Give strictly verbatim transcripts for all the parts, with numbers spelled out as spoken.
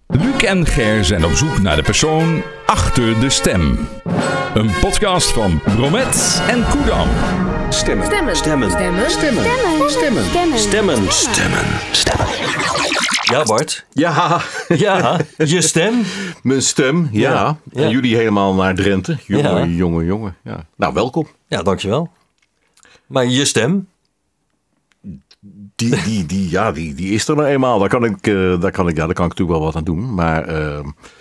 Luc en Ger zijn op zoek naar de persoon achter de stem. Een podcast van Bromet en Koedam. Stemmen. Stemmen. Stemmen. Stemmen. Stemmen. Stemmen. Stemmen. Stemmen. Stemmen. Ja, Bart. Ja. Ja, je stem. Mijn stem, ja. Ja, ja. En jullie helemaal naar Drenthe. Jongen, Ja. jongen, jongen. Ja. Nou, welkom. Ja, dankjewel. Maar je stem? Die, die, die, ja, die, die is er nou eenmaal. Daar kan ik, uh, daar kan ik, ja, daar kan ik natuurlijk wel wat aan doen. Maar uh,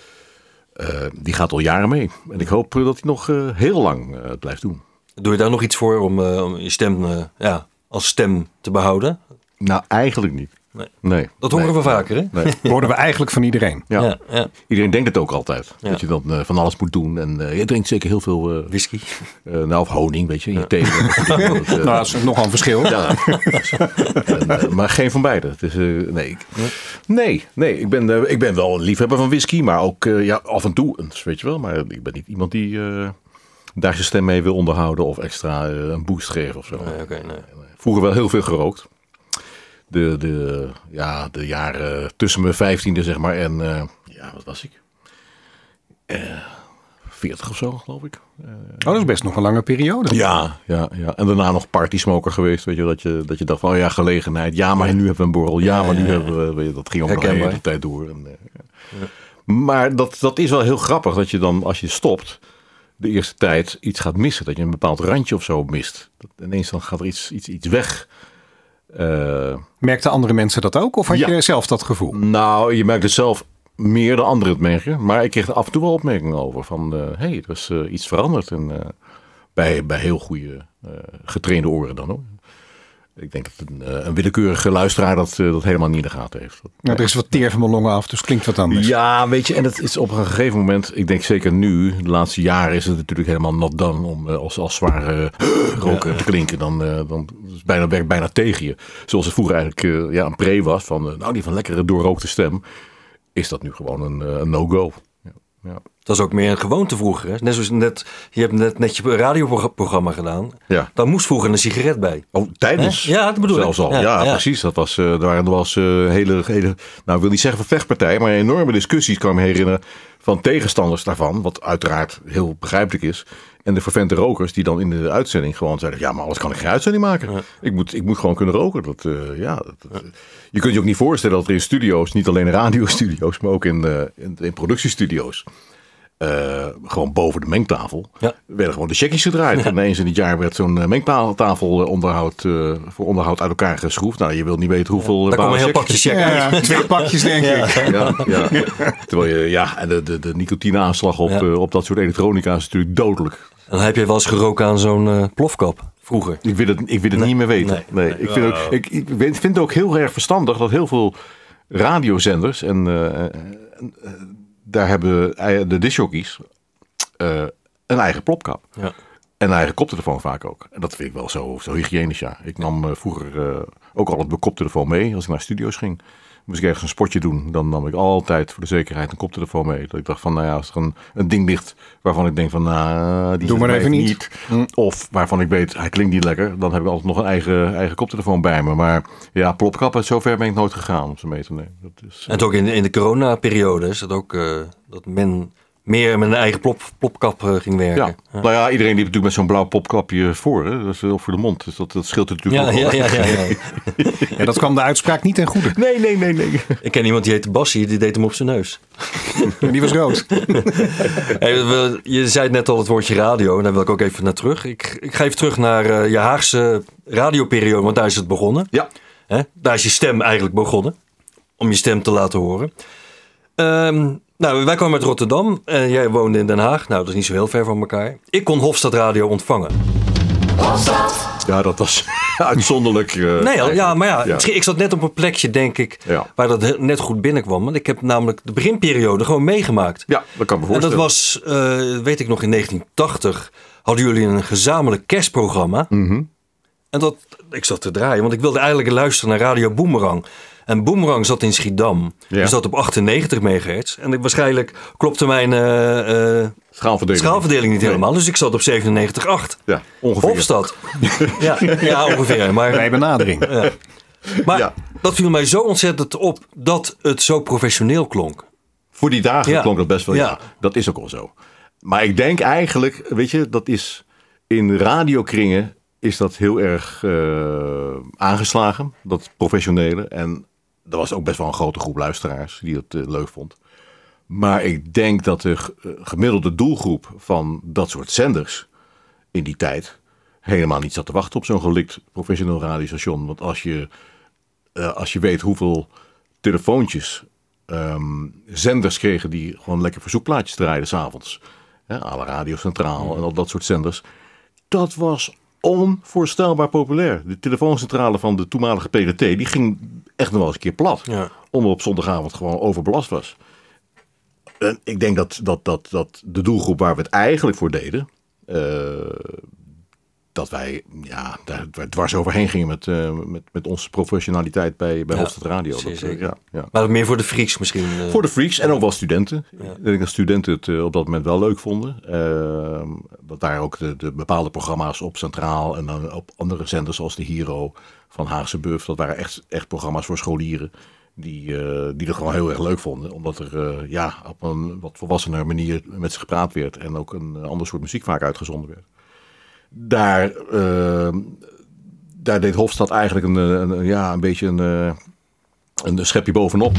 uh, die gaat al jaren mee. En ik hoop uh, dat hij nog uh, heel lang uh, het blijft doen. Doe je daar nog iets voor om, uh, om je stem uh, ja, als stem te behouden? Nou, eigenlijk niet. Nee. Nee. Dat horen nee. we vaker, hè? Nee. Hoorden we eigenlijk van iedereen. Ja. Ja, ja. Iedereen denkt het ook altijd. Ja. Dat je dan uh, van alles moet doen. En uh, je drinkt zeker heel veel uh, Whisky. uh, nou, of honing, weet je, in je thee. Dat, uh, Nou, dat is nogal een verschil. Ja, en, uh, maar geen van beide. Het is, uh, nee, ik, nee, nee, ik ben, uh, ik ben wel een liefhebber van whisky, maar ook uh, ja, af en toe eens, weet je wel. Maar ik ben niet iemand die uh, daar zijn stem mee wil onderhouden of extra uh, een boost geven of zo. Nee, okay, nee. Vroeger wel heel veel gerookt. De, de, ja, de jaren tussen mijn vijftiende zeg maar en uh, ja, wat was ik? Uh, veertig of zo, geloof ik. Uh, Oh, dat is best nog een lange periode. Ja, ja, ja. En daarna nog partysmoker geweest. Weet je, dat je, dat je dacht van, oh ja, gelegenheid. Ja, maar nu hebben we een borrel. Ja, maar nu hebben we, weet je, dat ging ook nog de hele tijd door. En, uh, ja. Maar dat, dat is wel heel grappig dat je dan, als je stopt, de eerste tijd iets gaat missen. Dat je een bepaald randje of zo mist. Dat, ineens dan gaat er iets, iets, iets weg. Uh, Merkten andere mensen dat ook? Of had ja. je zelf dat gevoel? Nou, je merkt het zelf meer dan anderen het merken. Maar ik kreeg er af en toe wel opmerkingen over. Van, hé, uh, hey, er is uh, iets veranderd. En, uh, bij, bij heel goede uh, getrainde oren dan hoor. Ik denk dat een, uh, een willekeurige luisteraar dat, uh, dat helemaal niet in de gaten heeft. Dat, Nou, er is wat teer van mijn longen af, dus het klinkt wat anders. Ja, weet je, en het is op een gegeven moment, ik denk zeker nu, de laatste jaren is het natuurlijk helemaal not done om uh, als, als zware uh, roker ja. te klinken. Dan, uh, dan is het bijna, werkt bijna tegen je. Zoals het vroeger eigenlijk uh, ja, een pre was van, uh, nou die van lekkere doorrookte stem, is dat nu gewoon een, uh, een no-go. Ja, ja. Dat is ook meer een gewoonte vroeger. Hè? Net zoals net, je hebt net, net je radioprogramma gedaan. Ja. Daar moest vroeger een sigaret bij. Oh, tijdens? Hè? Ja, dat bedoel Zelfs ik. al. Ja, Ja, ja. precies. Dat was, uh, er waren er was uh, hele, hele, nou ik wil niet zeggen vechtpartijen, maar enorme discussies kan ik me herinneren van tegenstanders daarvan. Wat uiteraard heel begrijpelijk is. En de vervente rokers die dan in de uitzending gewoon zeiden, ja maar anders kan ik geen uitzending maken. Ja. Ik, moet, ik moet gewoon kunnen roken. Dat, uh, ja, dat, dat, ja. Je kunt je ook niet voorstellen dat er in studio's, niet alleen in radiostudio's, maar ook in, uh, in, in productiestudio's, Uh, gewoon boven de mengtafel, ja. werden gewoon de checkies gedraaid. En eens in het jaar werd zo'n mengtafel onderhoud, uh, voor onderhoud uit elkaar geschroefd. Nou, je wilt niet weten hoeveel... Ja, daar komen een heel pakje check ja, ja, twee pakjes denk ja. ik. Ja, ja. Terwijl je, ja, en de, de, de nicotineaanslag op, ja. uh, op dat soort elektronica is natuurlijk dodelijk. En dan heb je wel eens geroken aan zo'n uh, plofkap vroeger. Ik wil het, ik wil het nee. niet meer weten. Nee. Nee. Nee. Ik, vind ook, ik, ik vind het ook heel erg verstandig dat heel veel radiozenders en... Uh, uh, daar hebben de discjockeys uh, een eigen plopkap. Ja. En een eigen koptelefoon vaak ook. En dat vind ik wel zo, zo hygiënisch, ja. Ik nam uh, vroeger uh, ook altijd mijn koptelefoon mee als ik naar studio's ging. Moest ik ergens een spotje doen, dan nam ik altijd voor de zekerheid een koptelefoon mee. Dat ik dacht van, nou ja, als er een, een ding ligt waarvan ik denk van, nou, die doe maar even niet. niet. Hm. Of waarvan ik weet, hij klinkt niet lekker. Dan heb ik altijd nog een eigen, eigen koptelefoon bij me. Maar ja, plopkappen, zover ben ik nooit gegaan om ze mee te nemen. Dat is, en ook in, in de coronaperiode is het ook uh, dat men meer met een eigen plop, plopkap uh, ging werken. Ja. Ja. Nou ja, iedereen liep natuurlijk met zo'n blauw popkapje voor. Hè? Dat is ook voor de mond. Dus dat, dat scheelt natuurlijk ja, ook ja, wel. Ja, ja, ja. Ja, dat kwam de uitspraak niet ten goede. Nee, nee, nee, nee. Ik ken iemand die heette Bassie, die deed hem op zijn neus. En die was rood. Hey, je zei net al het woordje radio. En daar wil ik ook even naar terug. Ik, ik ga even terug naar uh, je Haagse radioperiode. Want daar is het begonnen. Ja. Hè? Daar is je stem eigenlijk begonnen. Om je stem te laten horen. Um, nou, wij kwamen uit Rotterdam. En jij woonde in Den Haag. Nou, dat is niet zo heel ver van elkaar. Ik kon Hofstad Radio ontvangen. Hofstad! Ja, dat was uitzonderlijk. Uh, nee, al, ja, maar ja, ja. Ik zat net op een plekje, denk ik, ja. waar dat net goed binnenkwam. Want ik heb namelijk de beginperiode gewoon meegemaakt. Ja, dat kan me voorstellen. En dat was, uh, weet ik nog, in negentien tachtig hadden jullie een gezamenlijk kerstprogramma. Mm-hmm. En dat, ik zat te draaien, want ik wilde eigenlijk luisteren naar Radio Boomerang. En Boomerang zat in Schiedam. Ja. Die zat op achtennegentig megahertz. En ik, waarschijnlijk klopte mijn uh, uh, schaalverdeling. schaalverdeling niet helemaal. Nee. Dus ik zat op zevenennegentig komma acht. Ja, ongeveer. Hofstad. ja, ja, ongeveer. Maar, bij benadering. Ja. Maar ja. dat viel mij zo ontzettend op dat het zo professioneel klonk. Voor die dagen Ja. klonk dat best wel, ja. Ja. Dat is ook wel zo. Maar ik denk eigenlijk, weet je, dat is in radiokringen is dat heel erg uh, aangeslagen. Dat professionele. En er was ook best wel een grote groep luisteraars die dat uh, leuk vond. Maar ik denk dat de uh, gemiddelde doelgroep van dat soort zenders in die tijd helemaal niet zat te wachten op zo'n gelikt professioneel radiostation. Want als je, uh, als je weet hoeveel telefoontjes um, zenders kregen die gewoon lekker verzoekplaatjes draaiden 's avonds. Ja, à la Radio Centraal en al dat soort zenders. Dat was onvoorstelbaar populair. De telefooncentrale van de toenmalige P D T, die ging echt nog wel eens een keer plat. Ja. Omdat op zondagavond gewoon overbelast was. En ik denk dat, dat, dat, dat de doelgroep waar we het eigenlijk voor deden, uh, dat wij ja, daar dwars overheen gingen met, uh, met, met onze professionaliteit bij, bij Ja, Hofstad Radio. zeer Dat, zeker. ja, ja. Maar meer voor de freaks misschien. Uh, Voor de freaks en ook wel studenten. Ja. Ik denk dat studenten het uh, op dat moment wel leuk vonden. Uh, dat daar ook de, de bepaalde programma's op Centraal en dan op andere zenders zoals de Hero van Haagse Buff. Dat waren echt, echt programma's voor scholieren. Die, uh, die dat gewoon heel erg leuk vonden. Omdat er uh, ja, op een wat volwassener manier met ze gepraat werd. En ook een ander soort muziek vaak uitgezonden werd. Daar, uh, daar deed Hofstad eigenlijk een, een, een, ja, een beetje een, uh, een schepje bovenop.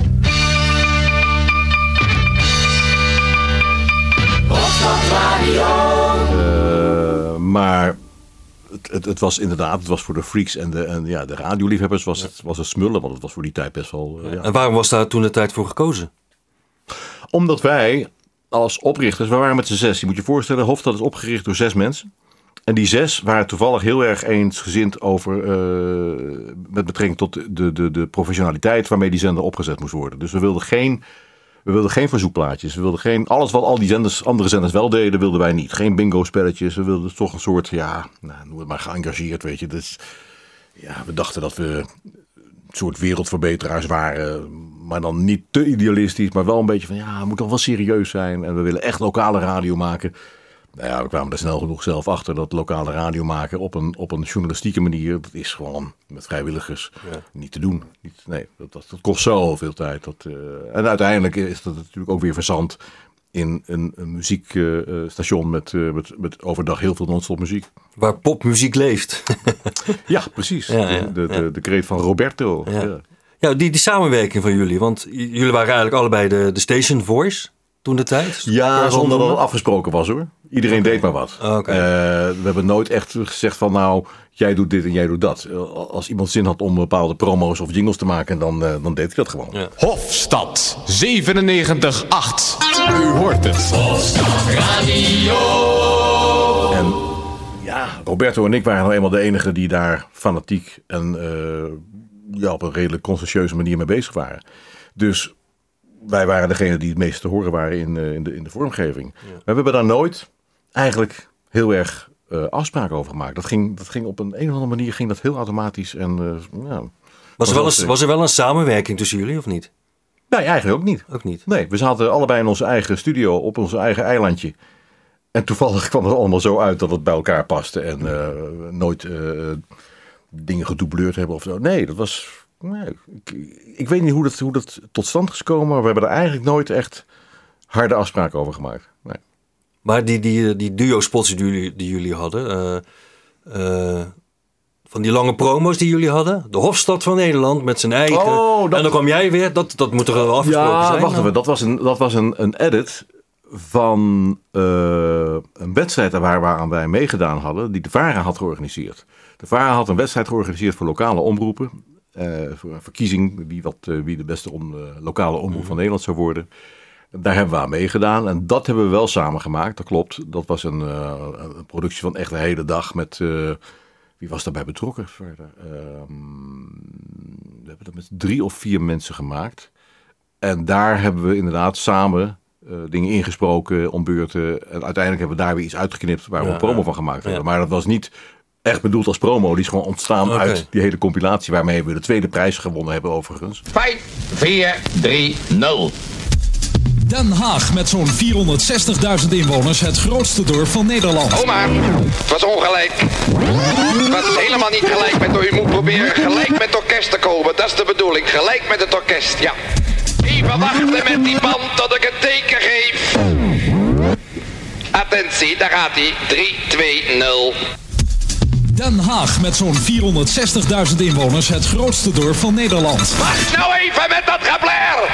Hofstad Radio. Uh, maar het, het, het was inderdaad, het was voor de freaks en de, en, ja, de radioliefhebbers was het, was het smullen. Want het was voor die tijd best wel... Uh, ja. En waarom was daar toen de tijd voor gekozen? Omdat wij als oprichters, we waren met z'n zes. Je moet je voorstellen, Hofstad is opgericht door zes mensen. En die zes waren toevallig heel erg eensgezind over, uh, met betrekking tot de, de, de professionaliteit waarmee die zender opgezet moest worden. Dus we wilden geen, we wilden geen verzoekplaatjes. We wilden geen, alles wat al die zenders, andere zenders wel deden, wilden wij niet. Geen bingo spelletjes. We wilden toch een soort, ja, nou, noem het maar geëngageerd, weet je. Dus, ja, we dachten dat we een soort wereldverbeteraars waren. Maar dan niet te idealistisch, maar wel een beetje van, ja, het moet toch wel serieus zijn. En we willen echt lokale radio maken. Nou ja, we kwamen er snel genoeg zelf achter dat lokale radio maken op een, op een journalistieke manier, dat is gewoon met vrijwilligers ja. niet te doen. Niet, nee, dat, dat, dat kost zoveel tijd. Dat, uh, en uiteindelijk is dat natuurlijk ook weer verzand in een, een muziekstation uh, met, uh, met, met overdag heel veel non-stop muziek. Waar popmuziek leeft. Ja, precies. Ja, ja, de, de, ja. de, de kreet van Roberto. Ja, ja. ja die, die samenwerking van jullie, want jullie waren eigenlijk allebei de, de station voice toen de tijd. Ja, zonder dat het afgesproken was hoor. Iedereen okay. deed maar wat. Okay. Uh, we hebben nooit echt gezegd van nou, jij doet dit en jij doet dat. Als iemand zin had om bepaalde promo's of jingles te maken, dan, uh, dan deed ik dat gewoon. Ja. Hofstad zevenennegentig acht. U hoort het. Hofstad Radio. En ja, Roberto en ik waren nou eenmaal de enigen die daar fanatiek en uh, ja, op een redelijk conscientieuze manier mee bezig waren. Dus wij waren degene die het meest te horen waren in, uh, in, de, in de vormgeving. Ja. Maar we hebben daar nooit eigenlijk heel erg uh, afspraken over gemaakt. Dat ging, dat ging op een, een of andere manier ging dat heel automatisch. En, uh, ja, was, er wel een, was er wel een samenwerking tussen jullie of niet? Nee, eigenlijk ook niet. Ook niet? Nee, we zaten allebei in onze eigen studio op onze eigen eilandje. En toevallig kwam het allemaal zo uit dat het bij elkaar paste. En uh, nooit uh, dingen gedoubleerd hebben of zo. Nee, dat was... Nee, ik, ik weet niet hoe dat, hoe dat tot stand is gekomen. Maar we hebben er eigenlijk nooit echt harde afspraken over gemaakt. Nee. Maar die, die, die duo-spots die jullie, die jullie hadden... Uh, uh, van die lange promo's die jullie hadden... De Hofstad van Nederland met zijn eigen... Oh, dat... En dan kwam jij weer. Dat, dat moet er wel afgesproken ja, zijn. Ja, wacht even. Dat was een, dat was een, een edit van uh, een wedstrijd waar, waaraan wij meegedaan hadden... die de VARA had georganiseerd. De VARA had een wedstrijd georganiseerd voor lokale omroepen... Uh, voor een verkiezing wie, wat, uh, wie de beste om, uh, lokale omroep mm-hmm. van Nederland zou worden. Daar hebben we aan meegedaan. En dat hebben we wel samen gemaakt, dat klopt. Dat was een, uh, een productie van echt een hele dag met... Uh, wie was daarbij betrokken verder? Uh, we hebben dat met drie of vier mensen gemaakt. En daar hebben we inderdaad samen uh, dingen ingesproken, om beurten. En uiteindelijk hebben we daar weer iets uitgeknipt waar we ja, een promo ja. van gemaakt hebben. Ja. Maar dat was niet... echt bedoeld als promo. Die is gewoon ontstaan okay. uit die hele compilatie... waarmee we de tweede prijs gewonnen hebben overigens. vijf, vier, drie, nul. Den Haag met zo'n vierhonderdzestigduizend inwoners... het grootste dorp van Nederland. Oma, het was ongelijk. Het was helemaal niet gelijk met... U moet proberen gelijk met het orkest te komen. Dat is de bedoeling. Gelijk met het orkest, ja. Even wachten met die band tot ik een teken geef. Attentie, daar gaat hij. drie, twee, nul. Den Haag met zo'n vierhonderdzestigduizend inwoners, het grootste dorp van Nederland. Wacht nou even met dat geblair!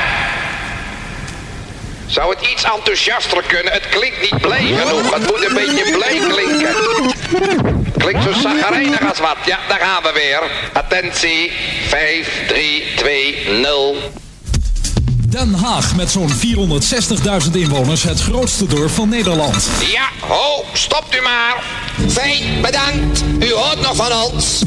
Zou het iets enthousiaster kunnen? Het klinkt niet blij genoeg. Het moet een beetje blij klinken. Klinkt zo zagrijnig als wat. Ja, daar gaan we weer. Attentie. vijf, drie, twee, nul. Den Haag met zo'n vierhonderdzestigduizend inwoners, het grootste dorp van Nederland. Ja, ho, stopt u maar. Fijn, bedankt. U hoort nog van ons.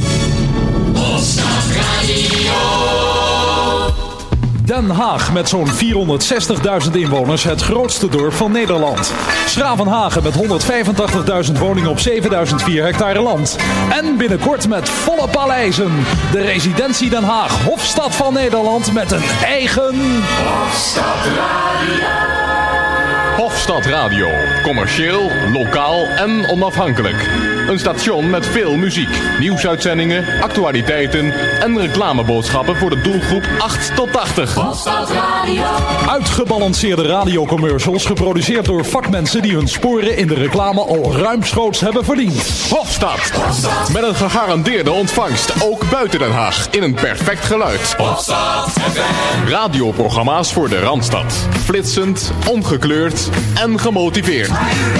Den Haag met zo'n vierhonderdzestigduizend inwoners, het grootste dorp van Nederland. 's-Gravenhage met honderdvijfentachtigduizend woningen op zevenduizend vier hectare land. En binnenkort met volle paleizen. De residentie Den Haag, Hofstad van Nederland met een eigen... Hofstad Radio. Hofstad Radio. Commercieel, lokaal en onafhankelijk. Een station met veel muziek, nieuwsuitzendingen, actualiteiten en reclameboodschappen voor de doelgroep acht tot tachtig. Hofstad Radio. Uitgebalanceerde radiocommercials geproduceerd door vakmensen die hun sporen in de reclame al ruimschoots hebben verdiend. Hofstad. Hofstad. Met een gegarandeerde ontvangst, ook buiten Den Haag, in een perfect geluid. Hofstad F M. Radioprogramma's voor de Randstad. Flitsend, ongekleurd en gemotiveerd.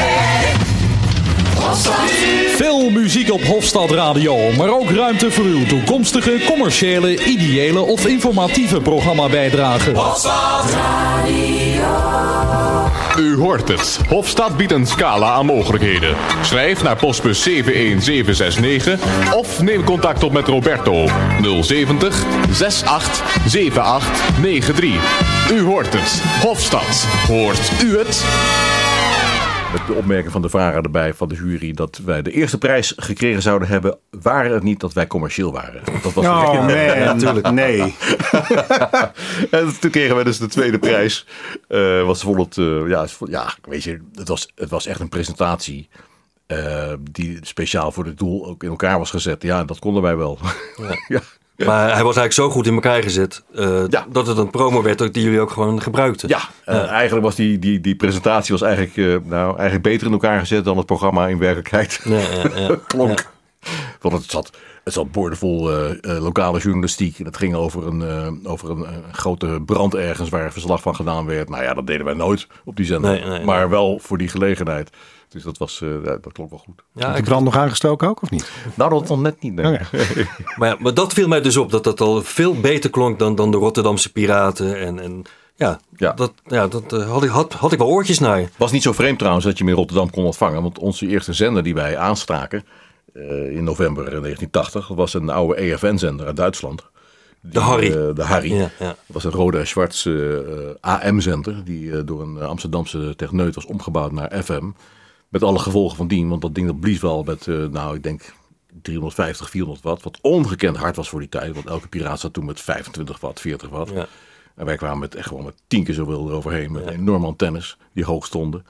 Veel muziek op Hofstad Radio, maar ook ruimte voor uw toekomstige, commerciële, ideële of informatieve programmabijdrage. Hofstad Radio. U hoort het. Hofstad biedt een scala aan mogelijkheden. Schrijf naar postbus zeven een zeven zes negen of neem contact op met Roberto nul zeventig achtenzestig zevenentachtig negenentachtig. U hoort het. Hofstad. Hoort u het? Met de opmerking van de V A R A erbij van de jury dat wij de eerste prijs gekregen zouden hebben, waren het niet dat wij commercieel waren. Dat was oh nee, natuurlijk. Nee. En toen kregen wij dus de tweede prijs. Uh, was bijvoorbeeld, uh, ja, ja, weet je, het was, het was echt een presentatie uh, die speciaal voor dit doel ook in elkaar was gezet. Ja, dat konden wij wel. Ja. Ja. Maar hij was eigenlijk zo goed in elkaar gezet uh, ja. dat het een promo werd die jullie ook gewoon gebruikten. Ja, uh, uh, eigenlijk was die, die, die presentatie was eigenlijk, uh, nou, eigenlijk beter in elkaar gezet dan het programma in werkelijkheid ja, ja, ja. klonk. Ja. Want het zat, het zat boordevol uh, uh, lokale journalistiek. En het ging over, een, uh, over een, een grote brand ergens waar verslag van gedaan werd. Nou ja, dat deden wij nooit op die zender. Nee, nee, maar nee. wel voor die gelegenheid. Dus dat, was, uh, dat klonk wel goed. Ja, de brand nog aangestoken ook, of niet? Nou, dat nog net niet. Nee. Okay. maar, ja, maar dat viel mij dus op, dat dat al veel beter klonk dan, dan de Rotterdamse Piraten. En, en ja, ja. dat, ja, dat uh, had, ik, had, had ik wel oortjes naar. Het was niet zo vreemd trouwens dat je hem in Rotterdam kon ontvangen. Want onze eerste zender die wij aanstaken uh, in november negentien tachtig, dat was een oude E F N-zender uit Duitsland. Die, de Harry. Uh, de Harry. Ja, ja. Dat was een rode en zwart uh, A M-zender die uh, door een Amsterdamse techneut was omgebouwd naar F M. Met alle gevolgen van dien, want dat ding dat blies wel met, uh, nou ik denk driehonderdvijftig, vierhonderd watt. Wat ongekend hard was voor die tijd, want elke piraat zat toen met vijfentwintig watt, veertig watt. Ja. En wij kwamen met echt gewoon met tien keer zoveel eroverheen, met ja. enorme antennes die hoog stonden.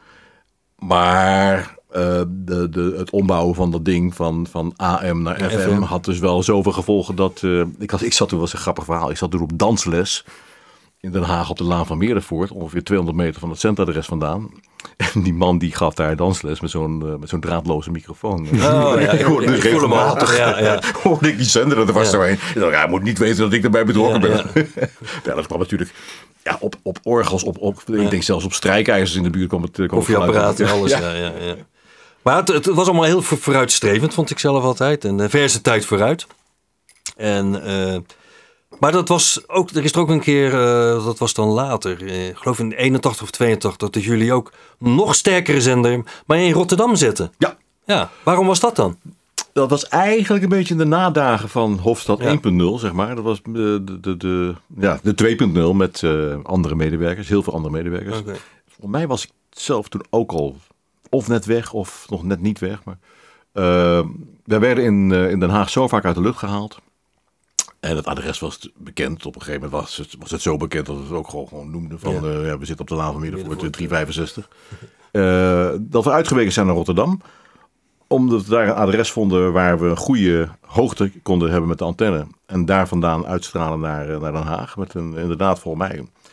Maar uh, de, de, het ombouwen van dat ding van, van A M naar F M, F M had dus wel zoveel gevolgen dat, uh, ik, had, ik zat toen, was een grappig verhaal, ik zat toen op dansles in Den Haag op de Laan van Meerdervoort, ongeveer tweehonderd meter van het centadres vandaan. En die man die gaf daar dansles met zo'n, uh, met zo'n draadloze microfoon. Oh, ja, ik hoorde dus regelmatig. Ja, ja. hoorde ik die zender er was ja. zo heen. Ik dacht, ja, hij moet niet weten dat ik erbij betrokken ja, ben. Ja. ja, dat kwam natuurlijk ja, op, op orgels, op, op, ja. ik denk zelfs op strijkijzers in de buurt kwam het kwam koffieapparaten en alles. Ja. Ja, ja, ja. Maar het, het was allemaal heel vooruitstrevend, vond ik zelf altijd. En uh, verse tijd vooruit. En... Uh, Maar dat was ook, er is er ook een keer, uh, dat was dan later, uh, ik geloof in eenentachtig of tweeëntachtig, dat jullie ook nog sterkere zender, maar in Rotterdam zetten. Ja. Ja. Waarom was dat dan? Dat was eigenlijk een beetje de nadagen van Hofstad ja. één punt nul, zeg maar. Dat was de, de, de, de, ja, de twee punt nul met uh, andere medewerkers, heel veel andere medewerkers. Okay. Voor mij was ik zelf toen ook al of net weg of nog net niet weg. Maar uh, wij werden in, uh, in Den Haag zo vaak uit de lucht gehaald. En het adres was bekend. Op een gegeven moment was het, was het zo bekend dat we het ook gewoon, gewoon noemden. Van, ja. Uh, ja, we zitten op de Laan van Meerdervoort driehonderdvijfenzestig. Uh, dat we uitgeweken zijn naar Rotterdam. Omdat we daar een adres vonden waar we een goede hoogte konden hebben met de antenne. En daar vandaan uitstralen naar, naar Den Haag. Met een, inderdaad volgens mij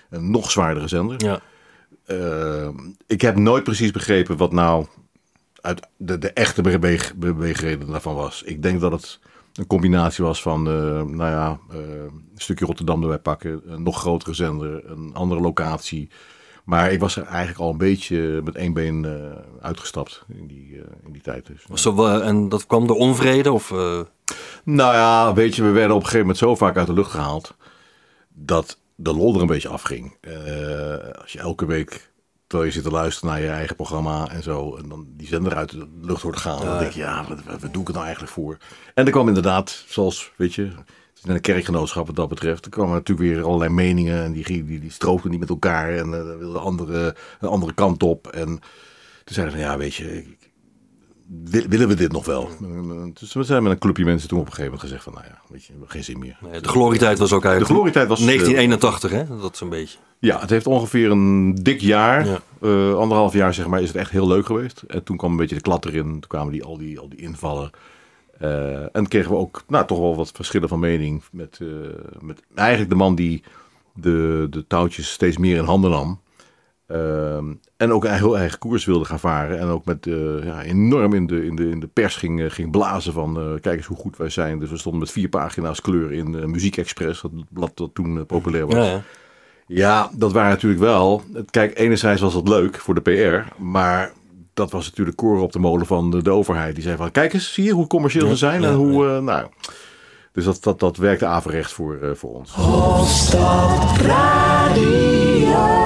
een nog zwaardere zender. Ja. Uh, ik heb nooit precies begrepen wat nou uit de, de echte beweeg, beweegreden daarvan was. Ik denk dat het een combinatie was van, uh, nou ja, uh, een stukje Rotterdam erbij pakken, een nog grotere zender, een andere locatie. Maar ik was er eigenlijk al een beetje met één been uh, uitgestapt in die, uh, in die tijd. Dus, uh. Zo, uh, en dat kwam door onvrede? Of, uh... Nou ja, weet je, we werden op een gegeven moment zo vaak uit de lucht gehaald dat de lol er een beetje afging. Uh, als je elke week, terwijl je zit te luisteren naar je eigen programma en zo, en dan die zender uit de lucht wordt gehaald, ja, dan denk je, ja, wat, wat doe ik het nou eigenlijk voor? En er kwam inderdaad, zoals, weet je, in een kerkgenootschap wat dat betreft, er kwamen natuurlijk weer allerlei meningen en die, die, die strookten niet met elkaar en uh, wilden andere, een andere kant op. En toen zeiden we van, ja, weet je, willen we dit nog wel? Dus we zijn met een clubje mensen toen op een gegeven moment gezegd van, nou ja, weet je, we hebben geen zin meer. Nee, de glorietijd was ook eigenlijk de glorietijd was, negentien eenentachtig, hè? Dat is een beetje. Ja, het heeft ongeveer een dik jaar, ja. uh, anderhalf jaar zeg maar, is het echt heel leuk geweest. En toen kwam een beetje de klad erin, toen kwamen die, al, die, al die invallen. Uh, en kregen we ook nou, toch wel wat verschillen van mening met, uh, met eigenlijk de man die de, de touwtjes steeds meer in handen nam. Uh, en ook een heel eigen koers wilde gaan varen. En ook met uh, ja, enorm in de, in de, in de pers ging, uh, ging blazen van uh, kijk eens hoe goed wij zijn. Dus we stonden met vier pagina's kleur in uh, Muziek Express, dat blad dat toen uh, populair was. Ja, ja. ja, dat waren natuurlijk wel. Kijk, enerzijds was het leuk voor de P R, maar dat was natuurlijk koren op de molen van de, de overheid. Die zei van, kijk eens, zie je hoe commercieel ze zijn. Ja, en hoe, uh, nou, dus dat, dat, dat werkte averecht voor, uh, voor ons. Hofstad Radio.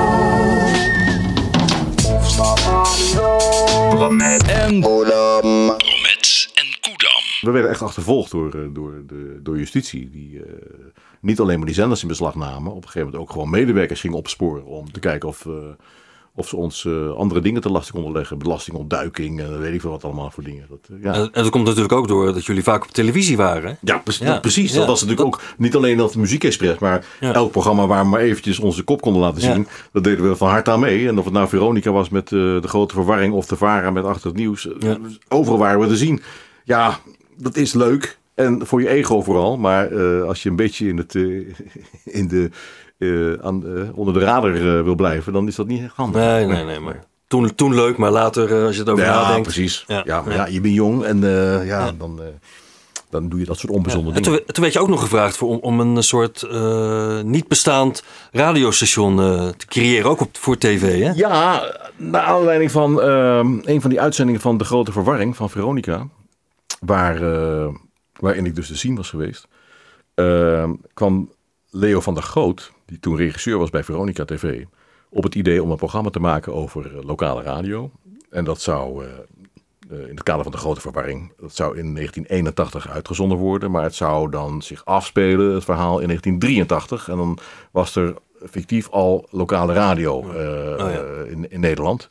Bromet en Koedam. Bromet en Koedam. We werden echt achtervolgd door, door, de, door justitie. Die uh, niet alleen maar die zenders in beslag namen. Op een gegeven moment ook gewoon medewerkers gingen opsporen. Om te kijken of... Uh, Of ze ons uh, andere dingen te lasten konden leggen. Belastingontduiking en weet ik veel wat allemaal voor dingen. Dat, uh, ja. En, en dat komt natuurlijk ook door dat jullie vaak op televisie waren. Hè? Ja, pre- ja, dat, precies. Ja, dat was natuurlijk dat... ook niet alleen dat Muziek Express. Maar ja. elk programma waar we maar eventjes onze kop konden laten zien. Ja. Dat deden we van harte aan mee. En of het nou Veronica was met uh, De Grote Verwarring. Of de Vara met Achter het Nieuws. Ja. Overal waren we te zien. Ja, dat is leuk. En voor je ego vooral. Maar uh, als je een beetje in, het, uh, in de... Uh, aan, uh, onder de radar uh, wil blijven, dan is dat niet echt handig. Nee, nee, nee. Maar toen, toen leuk, maar later uh, als je het over ja, nadenkt. Precies. Ja, ja, maar ja. ja, je bent jong en uh, ja, ja. Dan, uh, dan doe je dat soort onbezonde ja. dingen. Toen, toen werd je ook nog gevraagd voor, om, om een soort uh, niet bestaand radiostation uh, te creëren, ook op, voor tv, hè? Ja, naar aanleiding van uh, een van die uitzendingen van De Grote Verwarring van Veronica, waar, uh, waarin ik dus te zien was geweest, uh, kwam Leo van der Goot, die toen regisseur was bij Veronica T V, op het idee om een programma te maken over uh, lokale radio. En dat zou, uh, uh, in het kader van De Grote Verwarring, dat zou in negentien eenentachtig uitgezonden worden. Maar het zou dan zich afspelen, het verhaal, in negentien drieëntachtig. En dan was er fictief al lokale radio uh, oh ja. uh, in, in Nederland.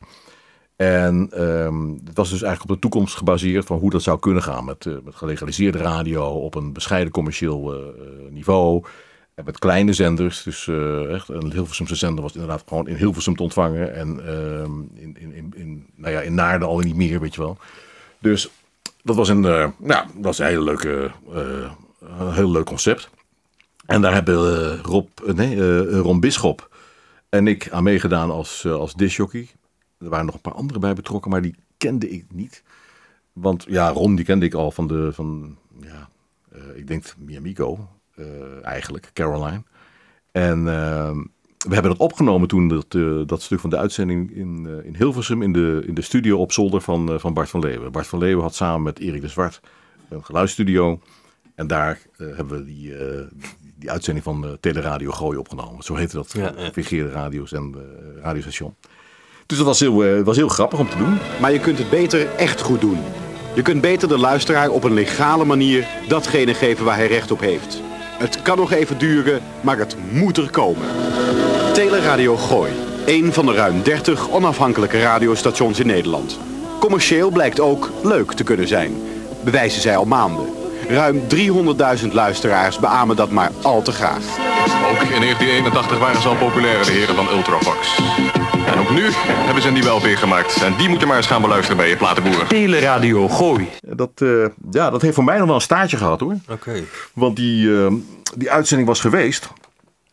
En um, het was dus eigenlijk op de toekomst gebaseerd van hoe dat zou kunnen gaan. Met, uh, met gelegaliseerde radio op een bescheiden commercieel uh, niveau. En met kleine zenders. Dus uh, echt, een Hilversumse zender was inderdaad gewoon in Hilversum te ontvangen. En uh, in, in, in, in, nou ja, in Naarden al niet meer, weet je wel. Dus dat was een, uh, nou, dat was een hele leuke, uh, een heel leuk concept. En daar hebben uh, Rob, uh, nee, uh, Ron Bisschop en ik aan meegedaan als, uh, als discjockey. Er waren nog een paar anderen bij betrokken, maar die kende ik niet. Want ja, Ron die kende ik al van de, van, ja, uh, ik denk Miamigo. Uh, eigenlijk, Caroline. En uh, we hebben dat opgenomen toen, dat, uh, dat stuk van de uitzending in, uh, in Hilversum, in de, in de studio op zolder van, uh, van Bart van Leeuwen. Bart van Leeuwen had samen met Erik de Zwart een geluidsstudio. En daar uh, hebben we die, uh, die uitzending van uh, Teleradio Gooi opgenomen. Zo heette dat, ja, ja. Fingeerde radio's en uh, radiostation. Dus dat was heel, uh, was heel grappig om te doen. Maar je kunt het beter echt goed doen. Je kunt beter de luisteraar op een legale manier datgene geven waar hij recht op heeft. Het kan nog even duren, maar het moet er komen. Teleradio Gooi. Een van de ruim dertig onafhankelijke radiostations in Nederland. Commercieel blijkt ook leuk te kunnen zijn. Bewijzen zij al maanden. Ruim driehonderdduizend luisteraars beamen dat maar al te graag. Ook in negentien eenentachtig waren ze al populair, de heren van Ultravox. En ook nu hebben ze een nieuwe L P gemaakt. En die moeten maar eens gaan beluisteren bij je platenboer. Teleradio Gooi. Dat, uh, ja, dat heeft voor mij nog wel een staartje gehad, hoor. Oké. Okay. Want die, uh, die uitzending was geweest.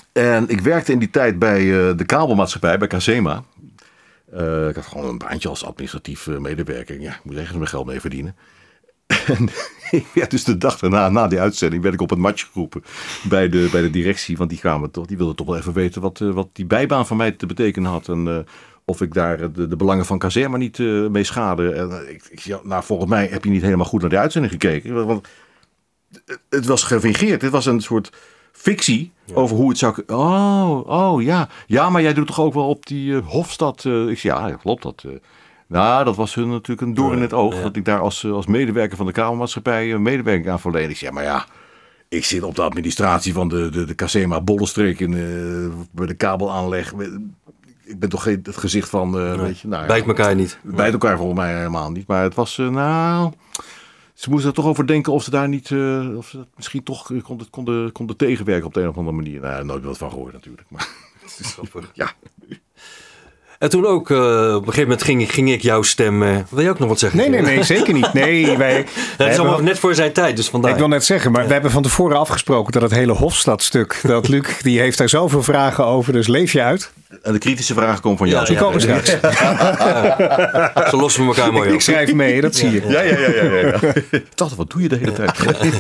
En ik werkte in die tijd bij uh, de kabelmaatschappij, bij Casema. Uh, ik had gewoon een baantje als administratief uh, medewerker. Ja, ik moet ergens mijn geld mee verdienen. En ik werd dus de dag daarna, na die uitzending, werd ik op het matje geroepen bij de, bij de directie. Want die, kwamen toch, die wilden toch wel even weten wat, uh, wat die bijbaan van mij te betekenen had. En uh, of ik daar de, de belangen van Caserma niet uh, mee schade. En uh, ik, ik ja, nou, volgens mij heb je niet helemaal goed naar die uitzending gekeken. Want het was gefingeerd. Het was een soort fictie ja. over hoe het zou... Oh, oh ja. Ja, maar jij doet toch ook wel op die uh, Hofstad... Uh, ik zei, ja, klopt dat... Uh, Nou, dat was hun natuurlijk een doorn in het oog. Ja. Dat ik daar als, als medewerker van de kabelmaatschappij een medewerking aan verleen. Ik zei, maar ja, ik zit op de administratie van de, de, de Casema Bollenstreek in uh, bij de kabelaanleg. Ik ben toch geen, het gezicht van, uh, nee. weet je. Nou, ja, bijt elkaar niet. Bijt elkaar volgens mij helemaal niet. Maar het was, uh, nou... Ze moesten er toch over denken of ze daar niet... Uh, of ze dat misschien toch uh, konden, konden, konden tegenwerken op de een of andere manier. Nou, nooit wat van gehoord natuurlijk. Maar dat is grappig. Ja. En toen ook, uh, op een gegeven moment ging, ging ik jouw stem... Uh, wil je ook nog wat zeggen? Nee, nee, nee, zeker niet. Nee, wij, dat is allemaal net voor zijn tijd, dus vandaar. Ik wil net zeggen, maar ja. we hebben van tevoren afgesproken dat het hele Hofstadstuk... dat Luc, die heeft daar zoveel vragen over, dus leef je uit. En de kritische vragen komen van jou. Ja, die komen straks. Ja. Ja. Zo lossen we elkaar mooi op. Ik schrijf mee, dat zie je. Ja, ja, ja. ja, ja, ja. Ik dacht, wat doe je de hele tijd?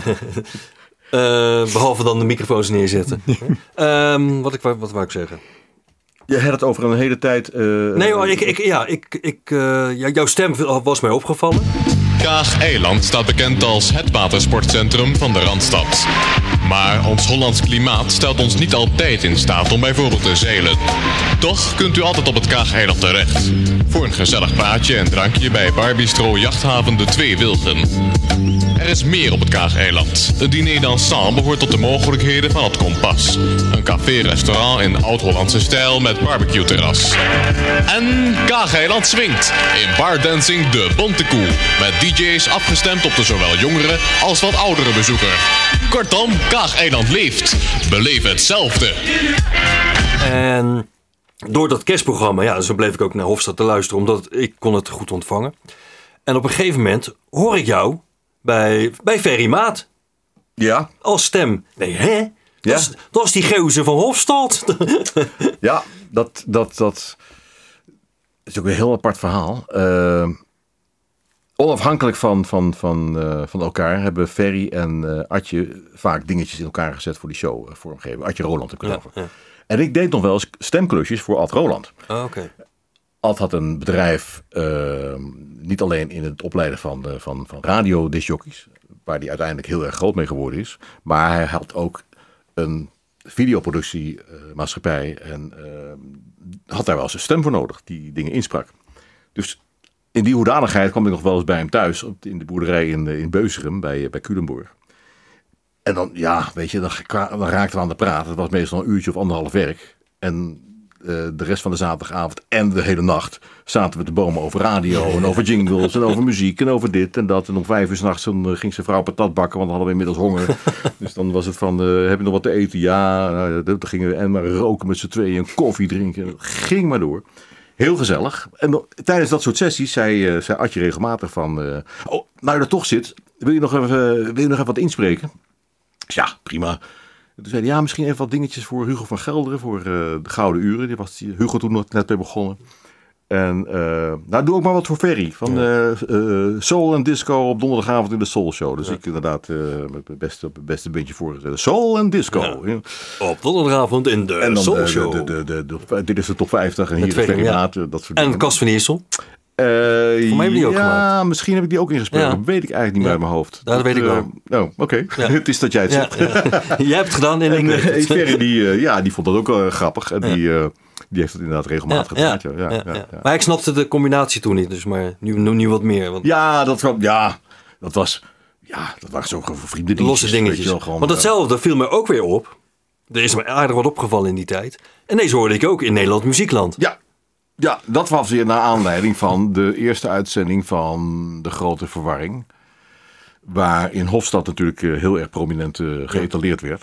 uh, behalve dan de microfoons neerzetten. um, wat, ik, wat wou ik zeggen? Je had het over een hele tijd... Uh, nee hoor, ik, ik, ja, ik, ik, uh, jouw stem was mij opgevallen. Kaag-Eiland staat bekend als het watersportcentrum van de Randstad. Maar ons Hollands klimaat stelt ons niet altijd in staat om bijvoorbeeld te zeilen. Toch kunt u altijd op het Kaag-Eiland terecht. Voor een gezellig praatje en drankje bij Barbistro Jachthaven de Twee Wilgen. Er is meer op het Kaag-Eiland. Het diner d'ensemble behoort tot de mogelijkheden van het Kompas. Een café-restaurant in oud-Hollandse stijl met barbecue-terras. En Kaag-Eiland swingt in bardancing De Bonte Koe. Met D J's afgestemd op de zowel jongere als wat oudere bezoeker. Kortom, Kaag-Eiland leeft. Beleef hetzelfde. En door dat kerstprogramma, ja, zo bleef ik ook naar Hofstad te luisteren, omdat ik kon het goed ontvangen. En op een gegeven moment hoor ik jou bij, bij Ferry Maat. Ja. Als stem. Nee, hè? Dat, ja. is, dat is die geuze van Hofstad. Ja, dat, dat, dat is ook een heel apart verhaal. Uh, onafhankelijk van, van, van, uh, van elkaar hebben Ferry en uh, Adje vaak dingetjes in elkaar gezet voor die show uh, vormgeven. Adje Roland heb ik het over. Ja, ja. En ik deed nog wel eens stemklusjes voor Ad Roland. Oh, okay. Ad had een bedrijf, uh, niet alleen in het opleiden van, uh, van, van radiodiscjockeys, waar hij uiteindelijk heel erg groot mee geworden is. Maar hij had ook een videoproductiemaatschappij uh, en uh, had daar wel zijn stem voor nodig, die dingen insprak. Dus in die hoedanigheid kwam ik nog wel eens bij hem thuis, in de boerderij in, in Beuzerum, bij, bij Culemborg. En dan, ja, weet je, dan, dan raakten we aan de praat. Het was meestal een uurtje of anderhalf werk. En uh, de rest van de zaterdagavond en de hele nacht zaten we te bomen over radio en over jingles en over muziek en over dit en dat. En om vijf uur 's nachts uh, ging zijn vrouw patat bakken, want dan hadden we inmiddels honger. Dus dan was het van, uh, heb je nog wat te eten? Ja, nou, dan gingen we en maar roken met z'n tweeën en koffie drinken. Het ging maar door. Heel gezellig. En dan, tijdens dat soort sessies zei, uh, zei Adje regelmatig van, uh, oh, nou je er toch zit, wil je nog even, uh, wil je nog even wat inspreken? Ja, prima. Toen zei hij, ja, misschien even wat dingetjes voor Hugo van Gelderen, voor uh, de Gouden Uren. Die was die, Hugo toen nog net mee begonnen. En uh, nou, doe ook maar wat voor Ferry. Van uh, uh, soul en disco op donderdagavond in de Soul Show. Dus ja. ik inderdaad uh, met mijn beste, beste beetje voorgezet. Soul en disco. Ja. Op donderdagavond in de en dan Soul Show. De, de, de, de, de, dit is de top vijftig en hier is Ferry Maat. Ja. Dat soort en Cas van Iersel. Uh, Voor mij heb je die ook ja, gemaakt. Misschien heb ik die ook ingesproken. Ja. Weet ik eigenlijk niet ja. uit mijn hoofd. Ja, dat weet ik wel. Uh, oh, oké. Okay. Ja. Het is dat jij het ja. zegt. Ja. Jij hebt het gedaan in een uh, Ferry, die, uh, ja, die vond dat ook uh, grappig. En ja. die, uh, die heeft het inderdaad regelmatig ja. gedaan. Ja. Ja. Ja. Ja. Ja. Ja. Maar ik snapte de combinatie toen niet. Dus maar nu, nu, nu wat meer. Want... Ja, dat, ja, dat was... Ja, dat waren zo vrienden. De losse dingetjes. Wel, gewoon, want datzelfde viel me ook weer op. Er is me aardig wat opgevallen in die tijd. En deze hoorde ik ook in Nederland Muziekland. Ja. Ja, dat was weer naar aanleiding van de eerste uitzending van De Grote Verwarring. Waar in Hofstad natuurlijk heel erg prominent uh, geëtaleerd werd.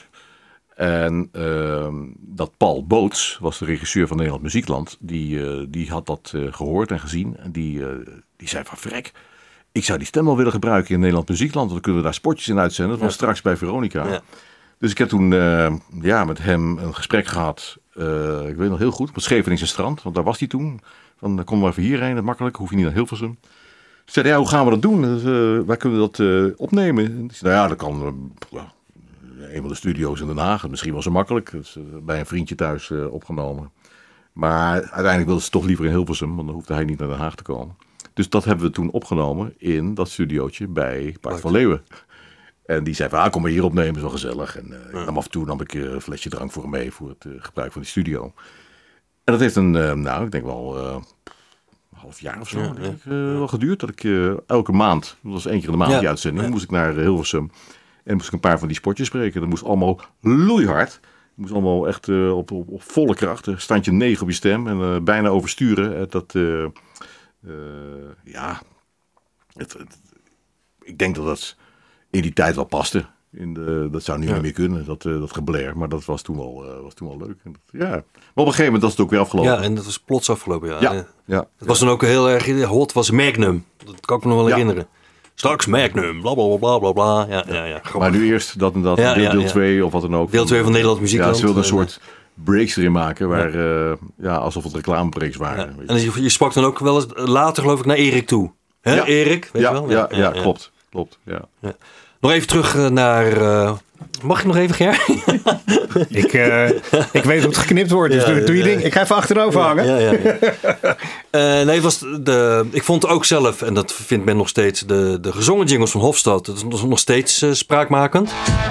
En uh, dat Paul Boots, was de regisseur van Nederland Muziekland. Die, uh, die had dat uh, gehoord en gezien. En die, uh, die zei van vrek, ik zou die stem wel willen gebruiken in Nederland Muziekland. Want dan kunnen we daar spotjes in uitzenden. Dat was ja. straks bij Veronica. Ja. Dus ik heb toen uh, ja, met hem een gesprek gehad. Uh, ik weet nog heel goed, op het Scheveningse strand. Want daar was hij toen. Van, kom maar even hierheen, dat makkelijk. Hoef je niet naar Hilversum. Ik zei, ja, hoe gaan we dat doen? Dus, uh, waar kunnen we dat uh, opnemen? Ik zei, nou ja, dat kan uh, een van de studio's in Den Haag. Misschien was het makkelijk. Dus, uh, bij een vriendje thuis uh, opgenomen. Maar uiteindelijk wilde ze toch liever in Hilversum. Want dan hoefde hij niet naar Den Haag te komen. Dus dat hebben we toen opgenomen in dat studiootje bij Park van Leeuwen. En die zei van, ah, kom maar hier opnemen, is wel gezellig. En uh, ja. ik nam af en toe nam ik uh, een flesje drank voor hem mee voor het uh, gebruik van die studio. En dat heeft een, uh, nou, ik denk wel uh, een half jaar of zo, ja, denk ik, uh, wel geduurd. Dat ik uh, elke maand, dat was één keer in de maand ja. die uitzending, ja. moest ik naar uh, Hilversum. En moest ik een paar van die spotjes spreken. Dat moest allemaal loeihard. Het moest allemaal echt uh, op, op, op volle kracht. Standje negen op je stem en uh, bijna oversturen. Uh, dat, uh, uh, ja, het, het, ik denk dat dat in die tijd wel paste. In de, dat zou nu ja. niet meer kunnen, dat, uh, dat geblair. Maar dat was toen wel, uh, was toen wel leuk. En dat, ja. Maar op een gegeven moment was het ook weer afgelopen. Ja, en dat was plots afgelopen. Ja, ja. ja. ja. Het was dan ook heel erg hot, was Magnum. Dat kan ik me nog wel ja. herinneren. Straks Magnum, bla bla bla bla bla. Ja, ja, ja, maar nu eerst dat en dat, ja, deel twee ja, ja. of wat dan ook. Deel twee van Nederland Muziekland. Ja, ze wilden een soort breaks erin maken, waar, ja. Uh, ja, alsof het reclamebreaks waren. Ja. En je, je sprak dan ook wel eens later geloof ik naar Erik toe. Hè, ja. Erik, weet ja, je wel? Ja, ja, ja, ja, klopt. klopt ja. Ja. Nog even terug naar... Uh, mag ik nog even, Ger? ik, uh, ik weet hoe het geknipt wordt, dus ja, doe, doe je ja, ding. Ik ga even achterover hangen. Ja, ja, ja. uh, nee, het was de, ik vond ook zelf, en dat vindt men nog steeds, de, de gezongen jingles van Hofstad. Dat is nog steeds uh, spraakmakend.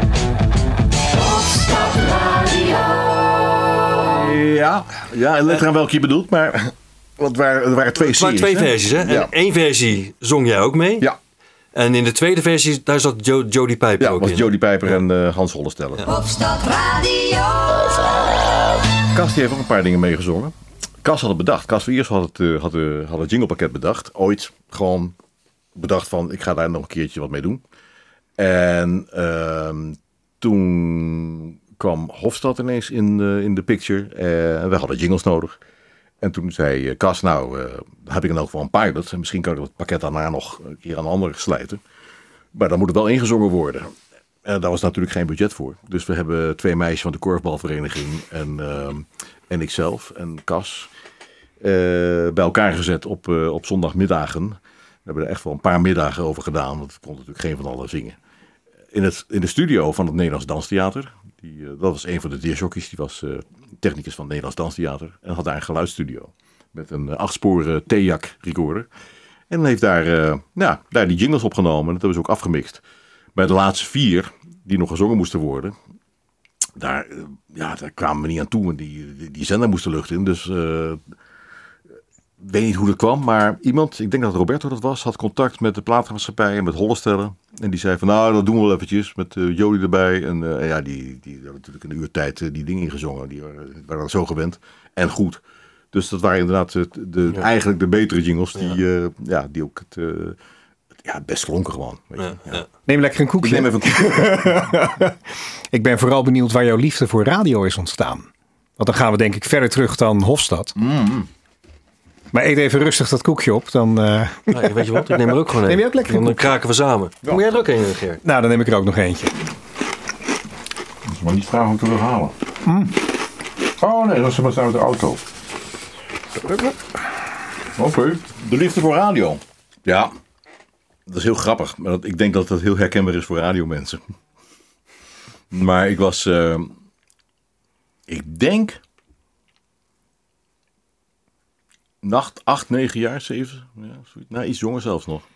Hofstad Radio. Ja, ja, let eraan welke je bedoelt, maar... Want er waren, er waren twee er series. Er waren twee versies, hè? En ja. één versie zong jij ook mee. Ja. En in de tweede versie, daar zat jo- Jody Pijper ja, ook was in. Jody Pijper en uh, Hans Hollesteller. Ja. Hofstad Radio. Cas die heeft ook een paar dingen meegezongen. Cas had het bedacht. Cas van Iers had het, uh, had, uh, had het jinglepakket bedacht. Ooit gewoon bedacht van, ik ga daar nog een keertje wat mee doen. En uh, toen kwam Hofstad ineens in, uh, in de picture. Uh, en we hadden jingles nodig. En toen zei Cas, nou, uh, heb ik in elk geval een pilot. En misschien kan ik het pakket daarna nog een keer aan een ander slijten. Maar dan moet het wel ingezongen worden. En daar was natuurlijk geen budget voor. Dus we hebben twee meisjes van de korfbalvereniging en, uh, en ikzelf en Cas uh, bij elkaar gezet op, uh, op zondagmiddagen. We hebben er echt wel een paar middagen over gedaan. Want ik kon natuurlijk geen van allen zingen. In, het, in de studio van het Nederlands Danstheater. Die, uh, dat was een van de disjockeys. Die was uh, technicus van het Nederlands Danstheater. En had daar een geluidsstudio. Met een uh, achtsporen T-jak recorder. En heeft daar, uh, nou, daar die jingles opgenomen. En dat hebben ze ook afgemixt. Bij de laatste vier, die nog gezongen moesten worden. Daar, uh, ja, daar kwamen we niet aan toe. Want die, die, die zender moest de lucht in. Dus uh, ik weet niet hoe dat kwam. Maar iemand, ik denk dat Roberto dat was. Had contact met de platenmaatschappij en met Hollesteller. En die zei van, nou, dat doen we wel eventjes. Met uh, Jody erbij. En uh, ja, die, die hadden natuurlijk een uur tijd uh, die dingen ingezongen. Die waren, waren zo gewend. En goed. Dus dat waren inderdaad de, de, ja. eigenlijk de betere jingles. Die, ja. Uh, ja, die ook het, uh, ja, best klonken gewoon. Weet je. Ja, ja. ja. Neem lekker een koekje. Ik neem even een koekje. Ik ben vooral benieuwd waar jouw liefde voor radio is ontstaan. Want dan gaan we denk ik verder terug dan Hofstad. Mm. Maar eet even rustig dat koekje op. Dan, uh... nou, weet je wat, ik neem er ook gewoon een. Neem je ook lekker een Dan kraken we samen. Ja. Moet jij er ook een, Geert? Nou, dan neem ik er ook nog eentje. Dus maar niet vragen of ik er wil halen. Mm. Oh nee, dat is maar staan met de auto. Oké. Okay. De liefde voor radio. Ja, dat is heel grappig. Maar dat, ik denk dat dat heel herkenbaar is voor radiomensen. Maar ik was... Uh, ik denk... Nacht, acht, negen jaar, zeven. Ja, nou, iets jonger zelfs nog.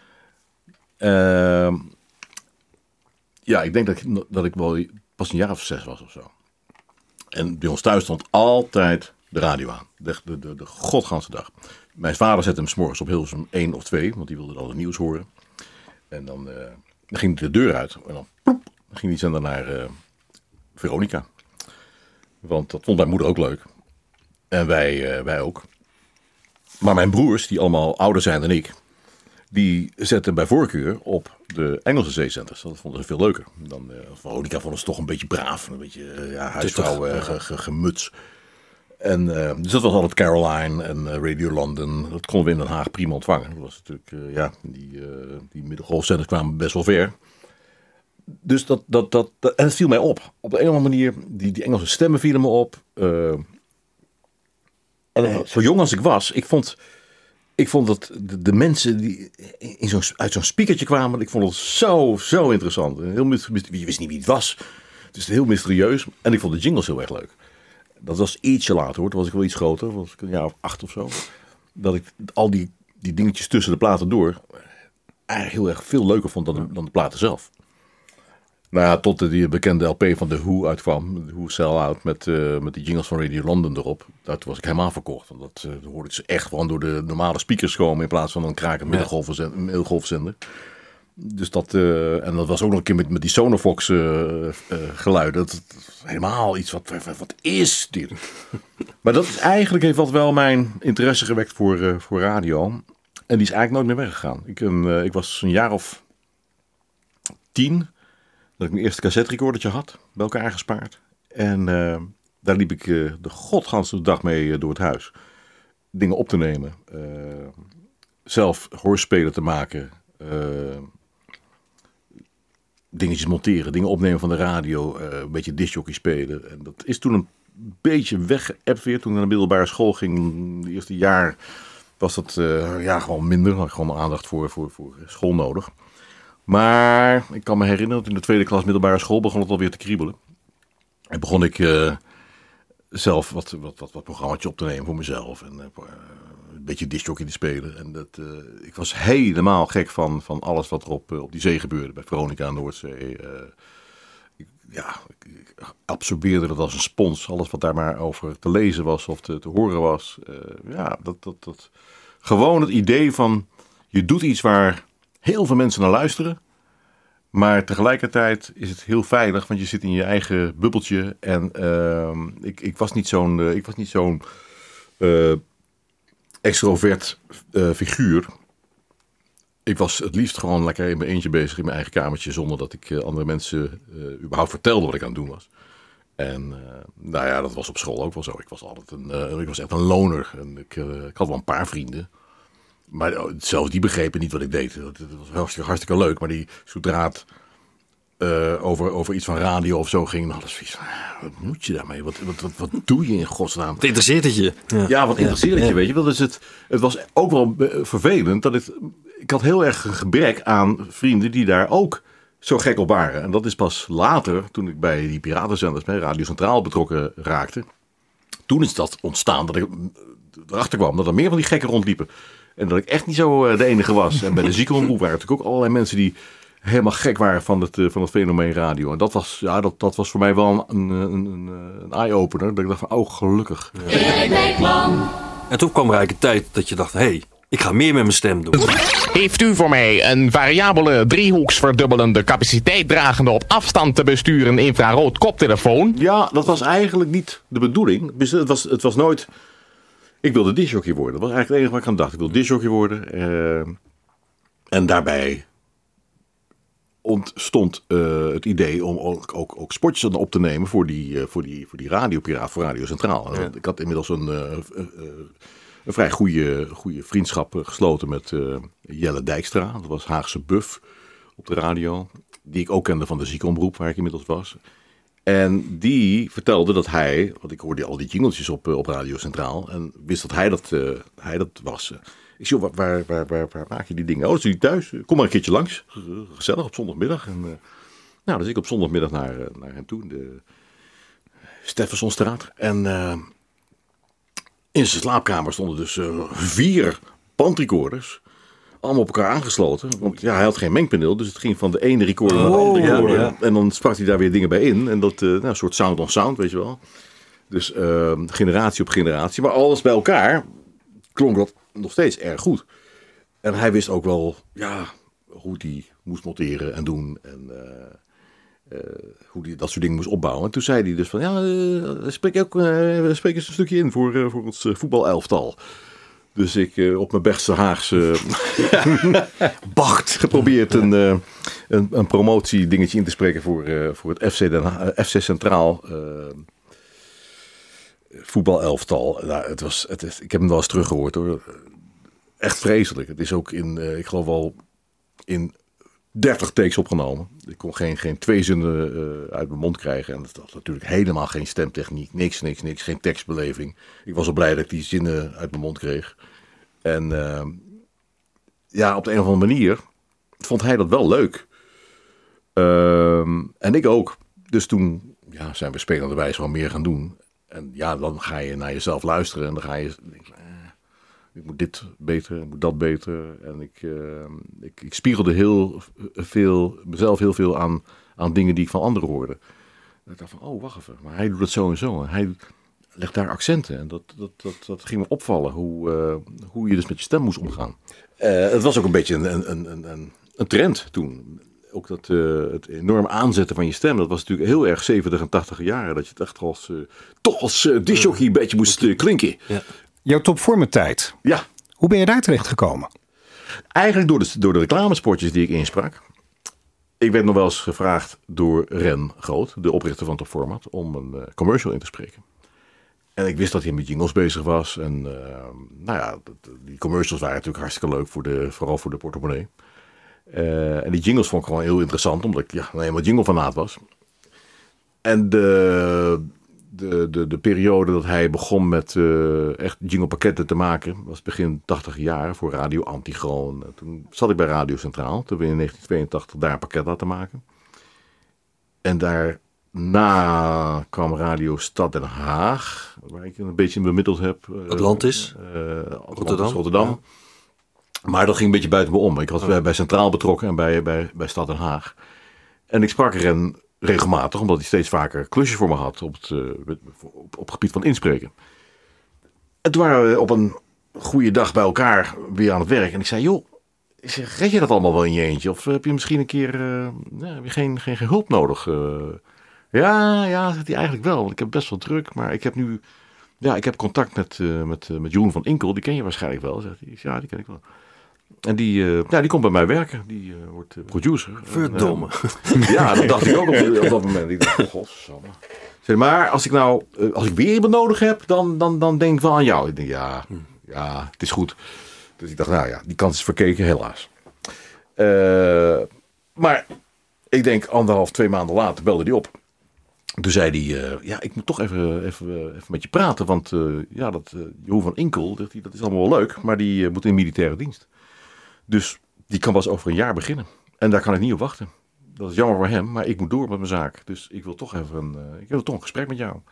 Uh, ja, ik denk dat ik, dat ik wel pas een jaar of zes was of zo. En bij ons thuis stond altijd de radio aan. De, de, de, de godganse dag. Mijn vader zette hem 's morgens op Hilversum één of twee, want die wilde dan het nieuws horen. En dan, uh, dan ging de deur uit. En dan, ploep, dan ging die zender naar uh, Veronica. Want dat vond mijn moeder ook leuk. En wij, uh, wij ook. Maar mijn broers, die allemaal ouder zijn dan ik, die zetten bij voorkeur op de Engelse zeezenders. Dat vonden ze veel leuker. Dan uh, Veronica vonden ze toch een beetje braaf. Een beetje uh, ja, huisvrouw uh, ge, ge, gemuts. En, uh, dus dat was altijd Caroline en uh, Radio London. Dat konden we in Den Haag prima ontvangen. Dat was natuurlijk, uh, ja, die, uh, die middengolfzenders kwamen best wel ver. dus dat, dat, dat, dat, en het viel mij op. Op de een of andere manier, die, die Engelse stemmen vielen me op. Uh, en zo jong als ik was, ik vond, ik vond dat de, de mensen die in zo'n, uit zo'n speakertje kwamen, ik vond het zo, zo interessant. Heel, je wist niet wie het was. Het is heel mysterieus. En ik vond de jingles heel erg leuk. Dat was ietsje later hoor. Toen was ik wel iets groter. Was ik een jaar of acht of zo. Dat ik al die, die dingetjes tussen de platen door eigenlijk heel erg veel leuker vond dan de, dan de platen zelf. Nou ja, tot de die bekende L P van The Who uitkwam. The Who Sell Out met, uh, met die jingles van Radio London erop. Daar was ik helemaal verkocht. Want dat uh, hoorde ik ze echt gewoon door de normale speakers komen. In plaats van een krakend middelgolfzender. middelgolfzender. Dus dat, uh, en dat was ook nog een keer met, met die Sonofox uh, uh, geluiden. Dat, dat is helemaal iets wat, wat, wat is dit? Maar dat is eigenlijk heeft wat wel mijn interesse gewekt voor, uh, voor radio. En die is eigenlijk nooit meer weggegaan. Ik, uh, ik was een jaar of tien dat ik mijn eerste cassette-recordertje had. Bij elkaar gespaard. En uh, daar liep ik uh, de godganse dag mee uh, door het huis. Dingen op te nemen. Uh, zelf hoorspelen te maken. Uh, dingetjes monteren, dingen opnemen van de radio, uh, een beetje discjockey spelen. En dat is toen een beetje weggeëpt weer. Toen ik naar de middelbare school ging, het eerste jaar was dat uh, ja, gewoon minder. Had ik gewoon aandacht voor, voor, voor school nodig. Maar ik kan me herinneren dat in de tweede klas middelbare school begon het alweer te kriebelen. En begon ik uh, zelf wat, wat, wat, wat programmaatje op te nemen voor mezelf. En uh, een beetje discjockey te spelen. En dat, uh, ik was helemaal gek van, van alles wat er op, uh, op die zee gebeurde. Bij Veronica aan Noordzee. Uh, ik, ja, ik, ik absorbeerde dat als een spons. Alles wat daar maar over te lezen was of te, te horen was. Uh, ja, dat, dat, dat. Gewoon het idee van je doet iets waar heel veel mensen naar luisteren. Maar tegelijkertijd is het heel veilig, want je zit in je eigen bubbeltje. En uh, ik, ik was niet zo'n, uh, ik was niet zo'n uh, extrovert uh, figuur. Ik was het liefst gewoon lekker in mijn eentje bezig in mijn eigen kamertje, zonder dat ik uh, andere mensen uh, überhaupt vertelde wat ik aan het doen was. En uh, nou ja, dat was op school ook wel zo. Ik was altijd een, uh, ik was echt een loner. En ik, uh, ik had wel een paar vrienden. Maar zelfs die begrepen niet wat ik deed. Dat, dat was hartstikke, hartstikke leuk. Maar die, zodra het uh, over, over iets van radio of zo ging, dan hadden ze zoiets van, wat moet je daarmee? Wat, wat, wat, wat doe je in godsnaam? Het interesseert het je. Ja, ja wat interesseert het ja. je, weet je wel. Dus het, het was ook wel vervelend dat het, ik had heel erg een gebrek aan vrienden die daar ook zo gek op waren. En dat is pas later, toen ik bij die piratenzenders, bij Radio Centraal betrokken raakte. Toen is dat ontstaan, dat ik erachter kwam dat er meer van die gekken rondliepen. En dat ik echt niet zo de enige was. En bij de ziekenomroep waren natuurlijk ook allerlei mensen die helemaal gek waren van het, van het fenomeen radio. En dat was, ja, dat, dat was voor mij wel een, een, een, een eye-opener. Dat ik dacht van, oh gelukkig. Ja. En toen kwam er eigenlijk een tijd dat je dacht, hé, hey, ik ga meer met mijn stem doen. Heeft u voor mij een variabele driehoeksverdubbelende capaciteit dragende op afstand te besturen infrarood koptelefoon? Ja, dat was eigenlijk niet de bedoeling. Het was, het was nooit... Ik wilde discjockey worden. Dat was eigenlijk het enige wat ik aan dacht. Ik wilde discjockey worden. Uh, en daarbij ontstond uh, het idee om ook, ook, ook spotjes op te nemen voor die, uh, voor die, voor die radiopiraat, voor Radio Centraal. Ja. Ik had inmiddels een, uh, uh, uh, een vrij goede, goede vriendschap gesloten met uh, Jelle Dijkstra. Dat was Haagse Buff op de radio. Die ik ook kende van de ziekenomroep, waar ik inmiddels was. En die vertelde dat hij, want ik hoorde al die jingletjes op, op Radio Centraal, en wist dat hij dat, uh, hij dat was. Ik zei, waar, waar, waar, waar maak je die dingen? Oh, dat is hij thuis. Kom maar een keertje langs. Gezellig op zondagmiddag. En, uh, nou, dus ik op zondagmiddag naar, uh, naar hem toe, in de Steffensonstraat. En uh, in zijn slaapkamer stonden dus uh, vier bandrecorders. Allemaal op elkaar aangesloten. Want ja, hij had geen mengpaneel. Dus het ging van de ene recorder naar de andere recorder. Ja, ja. En dan sprak hij daar weer dingen bij in. En dat, uh, nou, een soort sound on sound, weet je wel. Dus uh, generatie op generatie. Maar alles bij elkaar klonk dat nog steeds erg goed. En hij wist ook wel, ja, hoe hij moest monteren en doen. En uh, uh, hoe hij dat soort dingen moest opbouwen. En toen zei hij dus van, ja, uh, spreek, ook, uh, spreek eens een stukje in voor, uh, voor ons uh, voetbalelftal. Dus ik uh, op mijn beste Haagse bacht geprobeerd een, uh, een, een promotiedingetje in te spreken voor, uh, voor het F C, Den Ha- F C Centraal uh, voetbalelftal. Nou, het was, het is, ik heb hem wel eens teruggehoord hoor. Echt vreselijk. Het is ook in, uh, ik geloof wel in dertig takes opgenomen. Ik kon geen, geen twee zinnen uh, uit mijn mond krijgen. En dat was natuurlijk helemaal geen stemtechniek. Niks, niks, niks. Geen tekstbeleving. Ik was al blij dat ik die zinnen uit mijn mond kreeg. En uh, ja, op de een of andere manier vond hij dat wel leuk. Uh, en ik ook. Dus toen ja, zijn we spelenderwijs wel meer gaan doen. En ja, dan ga je naar jezelf luisteren. En dan ga je denken, eh, ik moet dit beter, ik moet dat beter. En ik, uh, ik, ik spiegelde heel veel, mezelf heel veel aan, aan dingen die ik van anderen hoorde. En ik dacht van, oh, wacht even. Maar hij doet het zo en zo. En hij legt daar accenten. En dat, dat, dat, dat ging me opvallen. Hoe, uh, hoe je dus met je stem moest omgaan. Uh, het was ook een beetje een, een, een, een, een trend toen. Ook dat, uh, het enorm aanzetten van je stem. Dat was natuurlijk heel erg zeventig en tachtig jaren. Dat je het echt als, uh, toch als uh, discjockey een beetje moest uh, klinken. Ja. Jouw topvormentijd. Ja. Hoe ben je daar terecht gekomen? Eigenlijk door de, door de reclamespotjes die ik insprak. Ik werd nog wel eens gevraagd door Ren Groot, de oprichter van Top Format, om een uh, commercial in te spreken. En ik wist dat hij met jingles bezig was. En uh, nou ja, die commercials waren natuurlijk hartstikke leuk, voor de, vooral voor de portemonnee. Uh, en die jingles vond ik gewoon heel interessant, omdat ik ja, helemaal jinglefanaat was. En de, de, de, de periode dat hij begon met uh, echt jinglepakketten te maken, was begin tachtig jaar voor Radio Antigroon. Toen zat ik bij Radio Centraal, toen we in negentien tweeëntachtig daar een pakket laten maken. En daarna kwam Radio Stad Den Haag, waar ik een beetje bemiddeld heb. Uh, Atlantis, uh, Atlantis Rotterdam. Rotterdam. Ja. Maar dat ging een beetje buiten me om. Ik was oh. bij, bij Centraal betrokken en bij, bij, bij Stad Den Haag. En ik sprak Ren regelmatig, omdat hij steeds vaker klusjes voor me had op het, uh, op, op het gebied van inspreken. En toen waren we op een goede dag bij elkaar weer aan het werk. En ik zei, joh, ik zeg, red je dat allemaal wel in je eentje? Of heb je misschien een keer uh, ja, heb je geen, geen, geen hulp nodig? Uh, ja, ja, zegt hij eigenlijk wel. Want ik heb best wel druk, maar ik heb nu ja, ik heb contact met, uh, met, uh, met Jeroen van Inkel. Die ken je waarschijnlijk wel, zegt hij. Ja, die ken ik wel. En die, uh, ja, die komt bij mij werken. Die uh, wordt uh, producer. Verdomme. En, uh, ja, dat dacht ik ook op, op dat moment. Ik dacht, oh, godsamme. Maar als ik nou, uh, als ik weer iemand nodig heb, dan, dan, dan denk ik wel aan jou. Ik denk, ja, ja, het is goed. Dus ik dacht, nou ja, die kans is verkeken, helaas. Uh, maar ik denk anderhalf, twee maanden later belde hij op. Toen zei hij, uh, ja, ik moet toch even, even, even met je praten. Want uh, ja, dat uh, Jeroen van Inkel, dat, dat is allemaal wel leuk. Maar die uh, moet in militaire dienst. Dus die kan pas over een jaar beginnen. En daar kan ik niet op wachten. Dat is jammer voor hem, maar ik moet door met mijn zaak. Dus ik wil toch even een, uh, ik wil toch een gesprek met jou.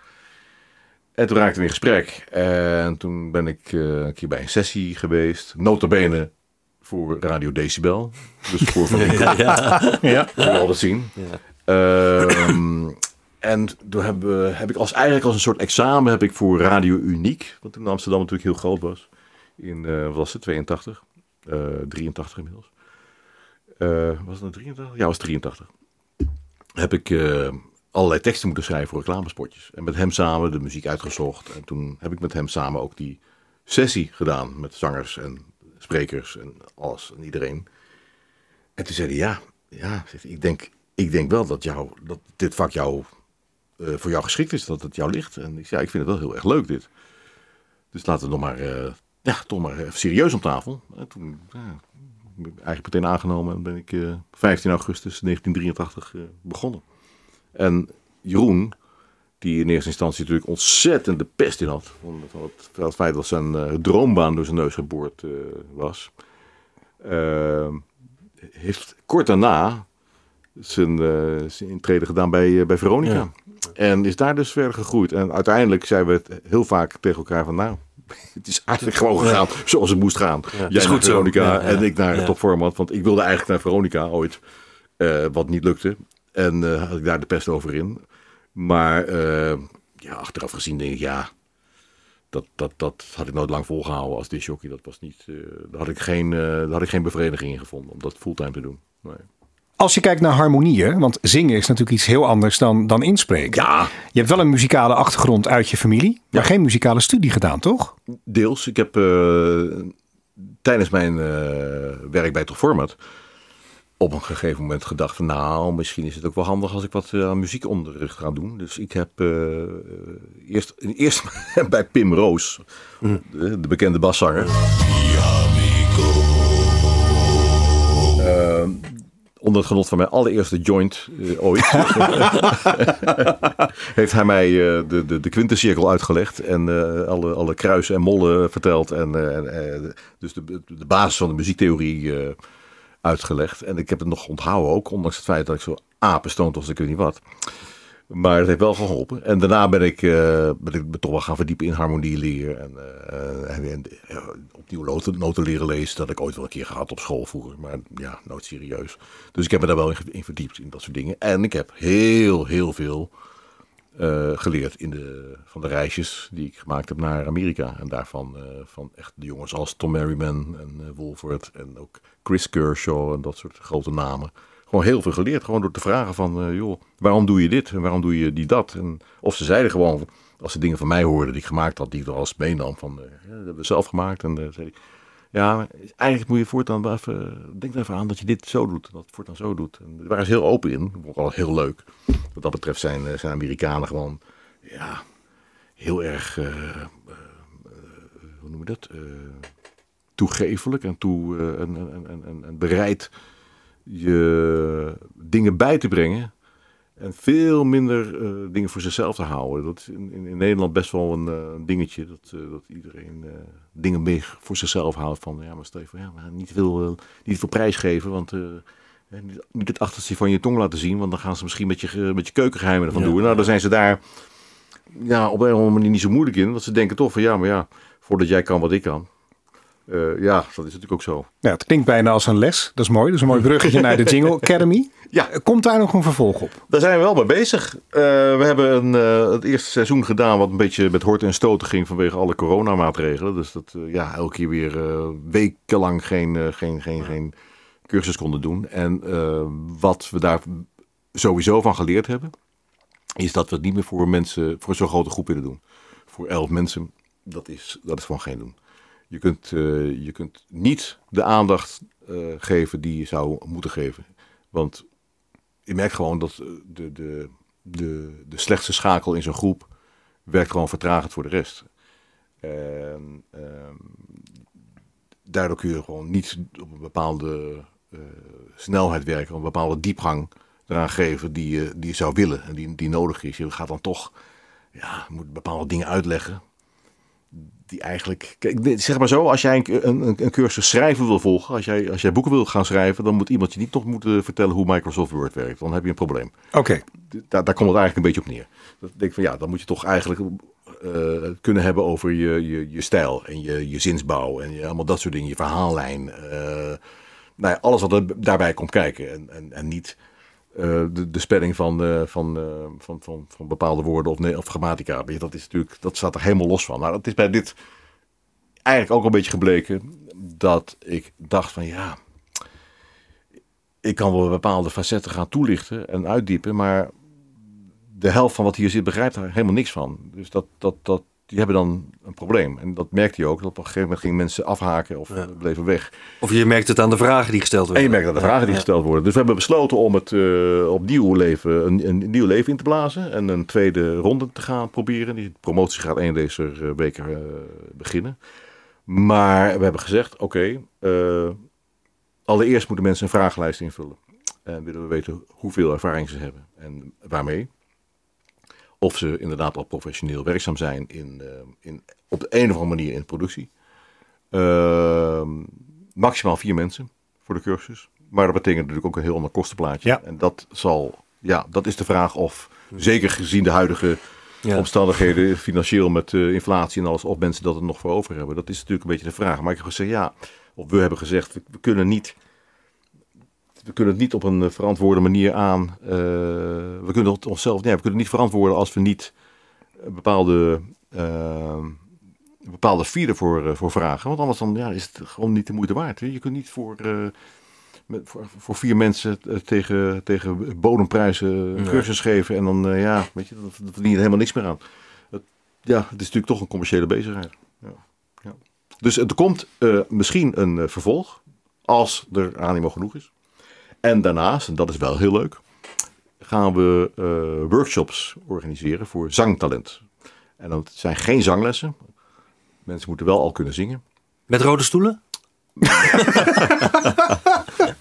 En toen raakten we in gesprek. En toen ben ik uh, een keer bij een sessie geweest. Nota bene voor Radio Decibel. Dus voor Van Inkel. ja, ja. ja, wil je al dat zien. Ja. Um, En toen heb, uh, heb ik als, eigenlijk als een soort examen heb ik voor Radio Uniek, wat toen in Amsterdam natuurlijk heel groot was, in, uh, wat was het, tweeëntachtig, uh, drieëntachtig inmiddels. Uh, was het nou drieëntachtig? Ja, was drieëntachtig. Heb ik uh, allerlei teksten moeten schrijven voor reclamespotjes. En met hem samen de muziek uitgezocht. En toen heb ik met hem samen ook die sessie gedaan met zangers en sprekers en alles en iedereen. En toen zei hij, ja, ja ik, denk, ik denk wel dat, jou, dat dit vak jou... Uh, voor jou geschikt is, dat het jou ligt. En ik zei, ja, ik vind het wel heel erg leuk dit. Dus laten we nog maar, uh, ja, toch maar even serieus op tafel. En toen ja, ben ik eigenlijk meteen aangenomen en ben ik uh, vijftien augustus negentien drieëntachtig uh, begonnen. En Jeroen, die in eerste instantie natuurlijk ontzettend de pest in had, van, van, het, van het feit dat zijn uh, droombaan door zijn neus geboord uh, was, uh, heeft kort daarna zijn, uh, zijn intrede gedaan bij, uh, bij Veronica. Ja. En is daar dus verder gegroeid. En uiteindelijk zijn we het heel vaak tegen elkaar van, nou, het is eigenlijk gewoon gegaan ja. zoals het moest gaan. Ja, Jij naar Veronica ja, ja. en ik naar ja. Top Format. Want ik wilde eigenlijk naar Veronica ooit, uh, wat niet lukte. En uh, had ik daar de pest over in. Maar uh, ja, achteraf gezien denk ik, ja, dat, dat, dat had ik nooit lang volgehouden als discjockey. Dat was niet, uh, daar, had ik geen, uh, daar had ik geen bevrediging in gevonden om dat fulltime te doen. Nee. Als je kijkt naar harmonieën, want zingen is natuurlijk iets heel anders dan, dan inspreken. Ja. Je hebt wel een muzikale achtergrond uit je familie, maar ja. geen muzikale studie gedaan, toch? Deels. Ik heb uh, tijdens mijn uh, werk bij Top Format op een gegeven moment gedacht van, nou, misschien is het ook wel handig als ik wat uh, muziekonderricht ga doen. Dus ik heb uh, eerst, eerst bij Pim Roos, mm. de, de bekende baszanger, uh, onder het genot van mijn allereerste joint uh, ooit, heeft hij mij uh, de, de, de kwintencirkel uitgelegd en uh, alle, alle kruisen en mollen verteld. En uh, uh, dus de, de basis van de muziektheorie uh, uitgelegd. En ik heb het nog onthouden ook, ondanks het feit dat ik zo apenstoond was, ik weet niet wat. Maar het heeft wel geholpen. En daarna ben ik, uh, ben ik me toch wel gaan verdiepen in harmonieleer. En, uh, en, en uh, opnieuw noten, noten leren lezen. Dat ik ooit wel een keer gehad op school vroeger. Maar ja, nooit serieus. Dus ik heb me daar wel in, in verdiept, in dat soort dingen. En ik heb heel, heel veel uh, geleerd in de, van de reisjes die ik gemaakt heb naar Amerika. En daarvan uh, van echt de jongens als Tom Merriman en uh, Wolford. En ook Chris Kershaw en dat soort grote namen. Gewoon heel veel geleerd, gewoon door te vragen van, uh, joh, waarom doe je dit en waarom doe je die dat? En of ze zeiden gewoon, als ze dingen van mij hoorden die ik gemaakt had, die ik er als meenam, van, uh, ja, dat hebben we zelf gemaakt. En uh, zei ik, ja, eigenlijk moet je voortaan even, denk er even aan dat je dit zo doet, dat je voortaan zo doet. En daar waren ze heel open in, dat vond ik wel heel leuk. Wat dat betreft zijn, uh, zijn Amerikanen gewoon, ja, heel erg, uh, uh, uh, hoe noem je dat, uh, toegefelijk en, toe, uh, en, en, en, en, en bereid je dingen bij te brengen en veel minder uh, dingen voor zichzelf te houden. Dat is in, in, in Nederland best wel een, uh, een dingetje, dat, uh, dat iedereen uh, dingen meer voor zichzelf houdt. Van ja, maar Steven, ja, maar niet veel, uh, niet veel prijs geven, want uh, niet, niet het achterste van je tong laten zien, want dan gaan ze misschien met je, uh, met je keukengeheimen ervan ja, doen. Nou, dan zijn ze daar ja, op een of andere manier niet zo moeilijk in, want ze denken toch van ja, maar ja, voordat jij kan wat ik kan. Uh, ja, dat is natuurlijk ook zo. Ja, het klinkt bijna als een les. Dat is mooi. Dat is een mooi bruggetje naar de Jingle Academy. Ja. Komt daar nog een vervolg op? Daar zijn we wel mee bezig. Uh, we hebben een, uh, het eerste seizoen gedaan wat een beetje met horten en stoten ging vanwege alle coronamaatregelen. Dus dat uh, ja, elke keer weer uh, wekenlang geen, uh, geen, geen, geen cursus konden doen. En uh, wat we daar sowieso van geleerd hebben, is dat we het niet meer voor mensen, voor zo'n grote groep willen doen. Voor elf mensen, dat is, dat is gewoon geen doen. Je kunt, uh, je kunt niet de aandacht uh, geven die je zou moeten geven. Want je merkt gewoon dat de, de, de, de slechtste schakel in zo'n groep werkt gewoon vertragend voor de rest. En, uh, daardoor kun je gewoon niet op een bepaalde uh, snelheid werken, een bepaalde diepgang eraan geven die je, die je zou willen en die, die nodig is. Je gaat dan toch, ja, je moet bepaalde dingen uitleggen. Die eigenlijk, kijk, zeg maar zo, als jij een, een, een cursus schrijven wil volgen, als jij, als jij boeken wil gaan schrijven, dan moet iemand je niet nog moeten vertellen hoe Microsoft Word werkt. Dan heb je een probleem. Oké. Okay. Daar, daar komt het eigenlijk een beetje op neer. Dan denk ik van ja, dan moet je toch eigenlijk uh, kunnen hebben over je, je, je stijl en je, je zinsbouw en je, allemaal dat soort dingen, je verhaallijn. Uh, nou ja, alles wat er daarbij komt kijken en, en, en niet uh, de, de spelling van, uh, van, uh, van, van, van bepaalde woorden of, nee, of grammatica. Dat is natuurlijk, dat staat er helemaal los van. Nou, dat is bij dit eigenlijk ook een beetje gebleken dat ik dacht van ja, ik kan wel bepaalde facetten gaan toelichten en uitdiepen, maar de helft van wat hier zit begrijpt er helemaal niks van. Dus dat, dat, dat, die hebben dan een probleem. En dat merkte je ook. Dat op een gegeven moment gingen mensen afhaken of ja. bleven weg. Of je merkt het aan de vragen die gesteld worden. En je merkt aan de vragen die ja. gesteld worden. Dus we hebben besloten om het uh, opnieuw leven, een, een nieuw leven in te blazen. En een tweede ronde te gaan proberen. Die promotie gaat één deze weken uh, beginnen. Maar we hebben gezegd, oké, okay, uh, allereerst moeten mensen een vragenlijst invullen. En willen we weten hoeveel ervaring ze hebben en waarmee. Of ze inderdaad al professioneel werkzaam zijn in, uh, in, op de een of andere manier in productie. Uh, maximaal vier mensen voor de cursus. Maar dat betekent natuurlijk ook een heel ander kostenplaatje. Ja. En dat zal, ja, dat is de vraag of, zeker gezien de huidige ja. omstandigheden, financieel met uh, inflatie en alles, of mensen dat er nog voor over hebben. Dat is natuurlijk een beetje de vraag. Maar ik heb gezegd, ja, of we hebben gezegd, we, we kunnen niet... We kunnen het niet op een verantwoorde manier aan. Uh, we kunnen het onszelf. Nee, we kunnen het niet verantwoorden als we niet een bepaalde, uh, een bepaalde fee ervoor uh, voor vragen. Want anders dan, ja, is het gewoon niet de moeite waard. Hè? Je kunt niet voor, uh, met, voor, voor vier mensen uh, tegen, tegen bodemprijzen een nee. cursus geven. En dan, uh, ja, weet je, dat, dat verdien je helemaal niks meer aan. Het, ja, het is natuurlijk toch een commerciële bezigheid. Ja. Ja. Dus er komt uh, misschien een uh, vervolg. Als er animo genoeg is. En daarnaast, en dat is wel heel leuk, gaan we uh, workshops organiseren voor zangtalent. En dat zijn geen zanglessen. Mensen moeten wel al kunnen zingen. Met rode stoelen?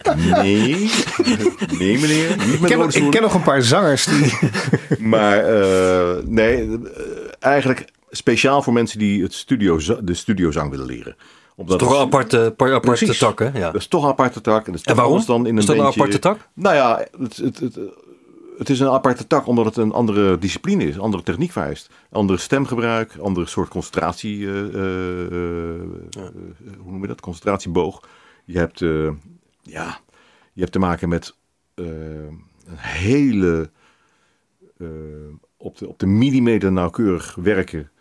Nee, nee meneer. Niet Ik met ken, rode ik ken nog een paar zangers die... Maar uh, nee, uh, eigenlijk speciaal voor mensen die het studio, de studiozang willen leren. Omdat dat is toch een aparte, aparte precies, tak, hè? Ja. Dat is toch een aparte tak. En, dat is en waarom? Dan in een is dat beentje, een aparte tak? Nou ja, het, het, het, het is een aparte tak omdat het een andere discipline is. Andere techniek vereist. Andere stemgebruik. Andere soort concentratie. Uh, uh, ja. uh, hoe noem je dat? Concentratieboog. Je hebt, uh, ja, je hebt te maken met uh, een hele... Uh, op, de, op de millimeter nauwkeurig werken.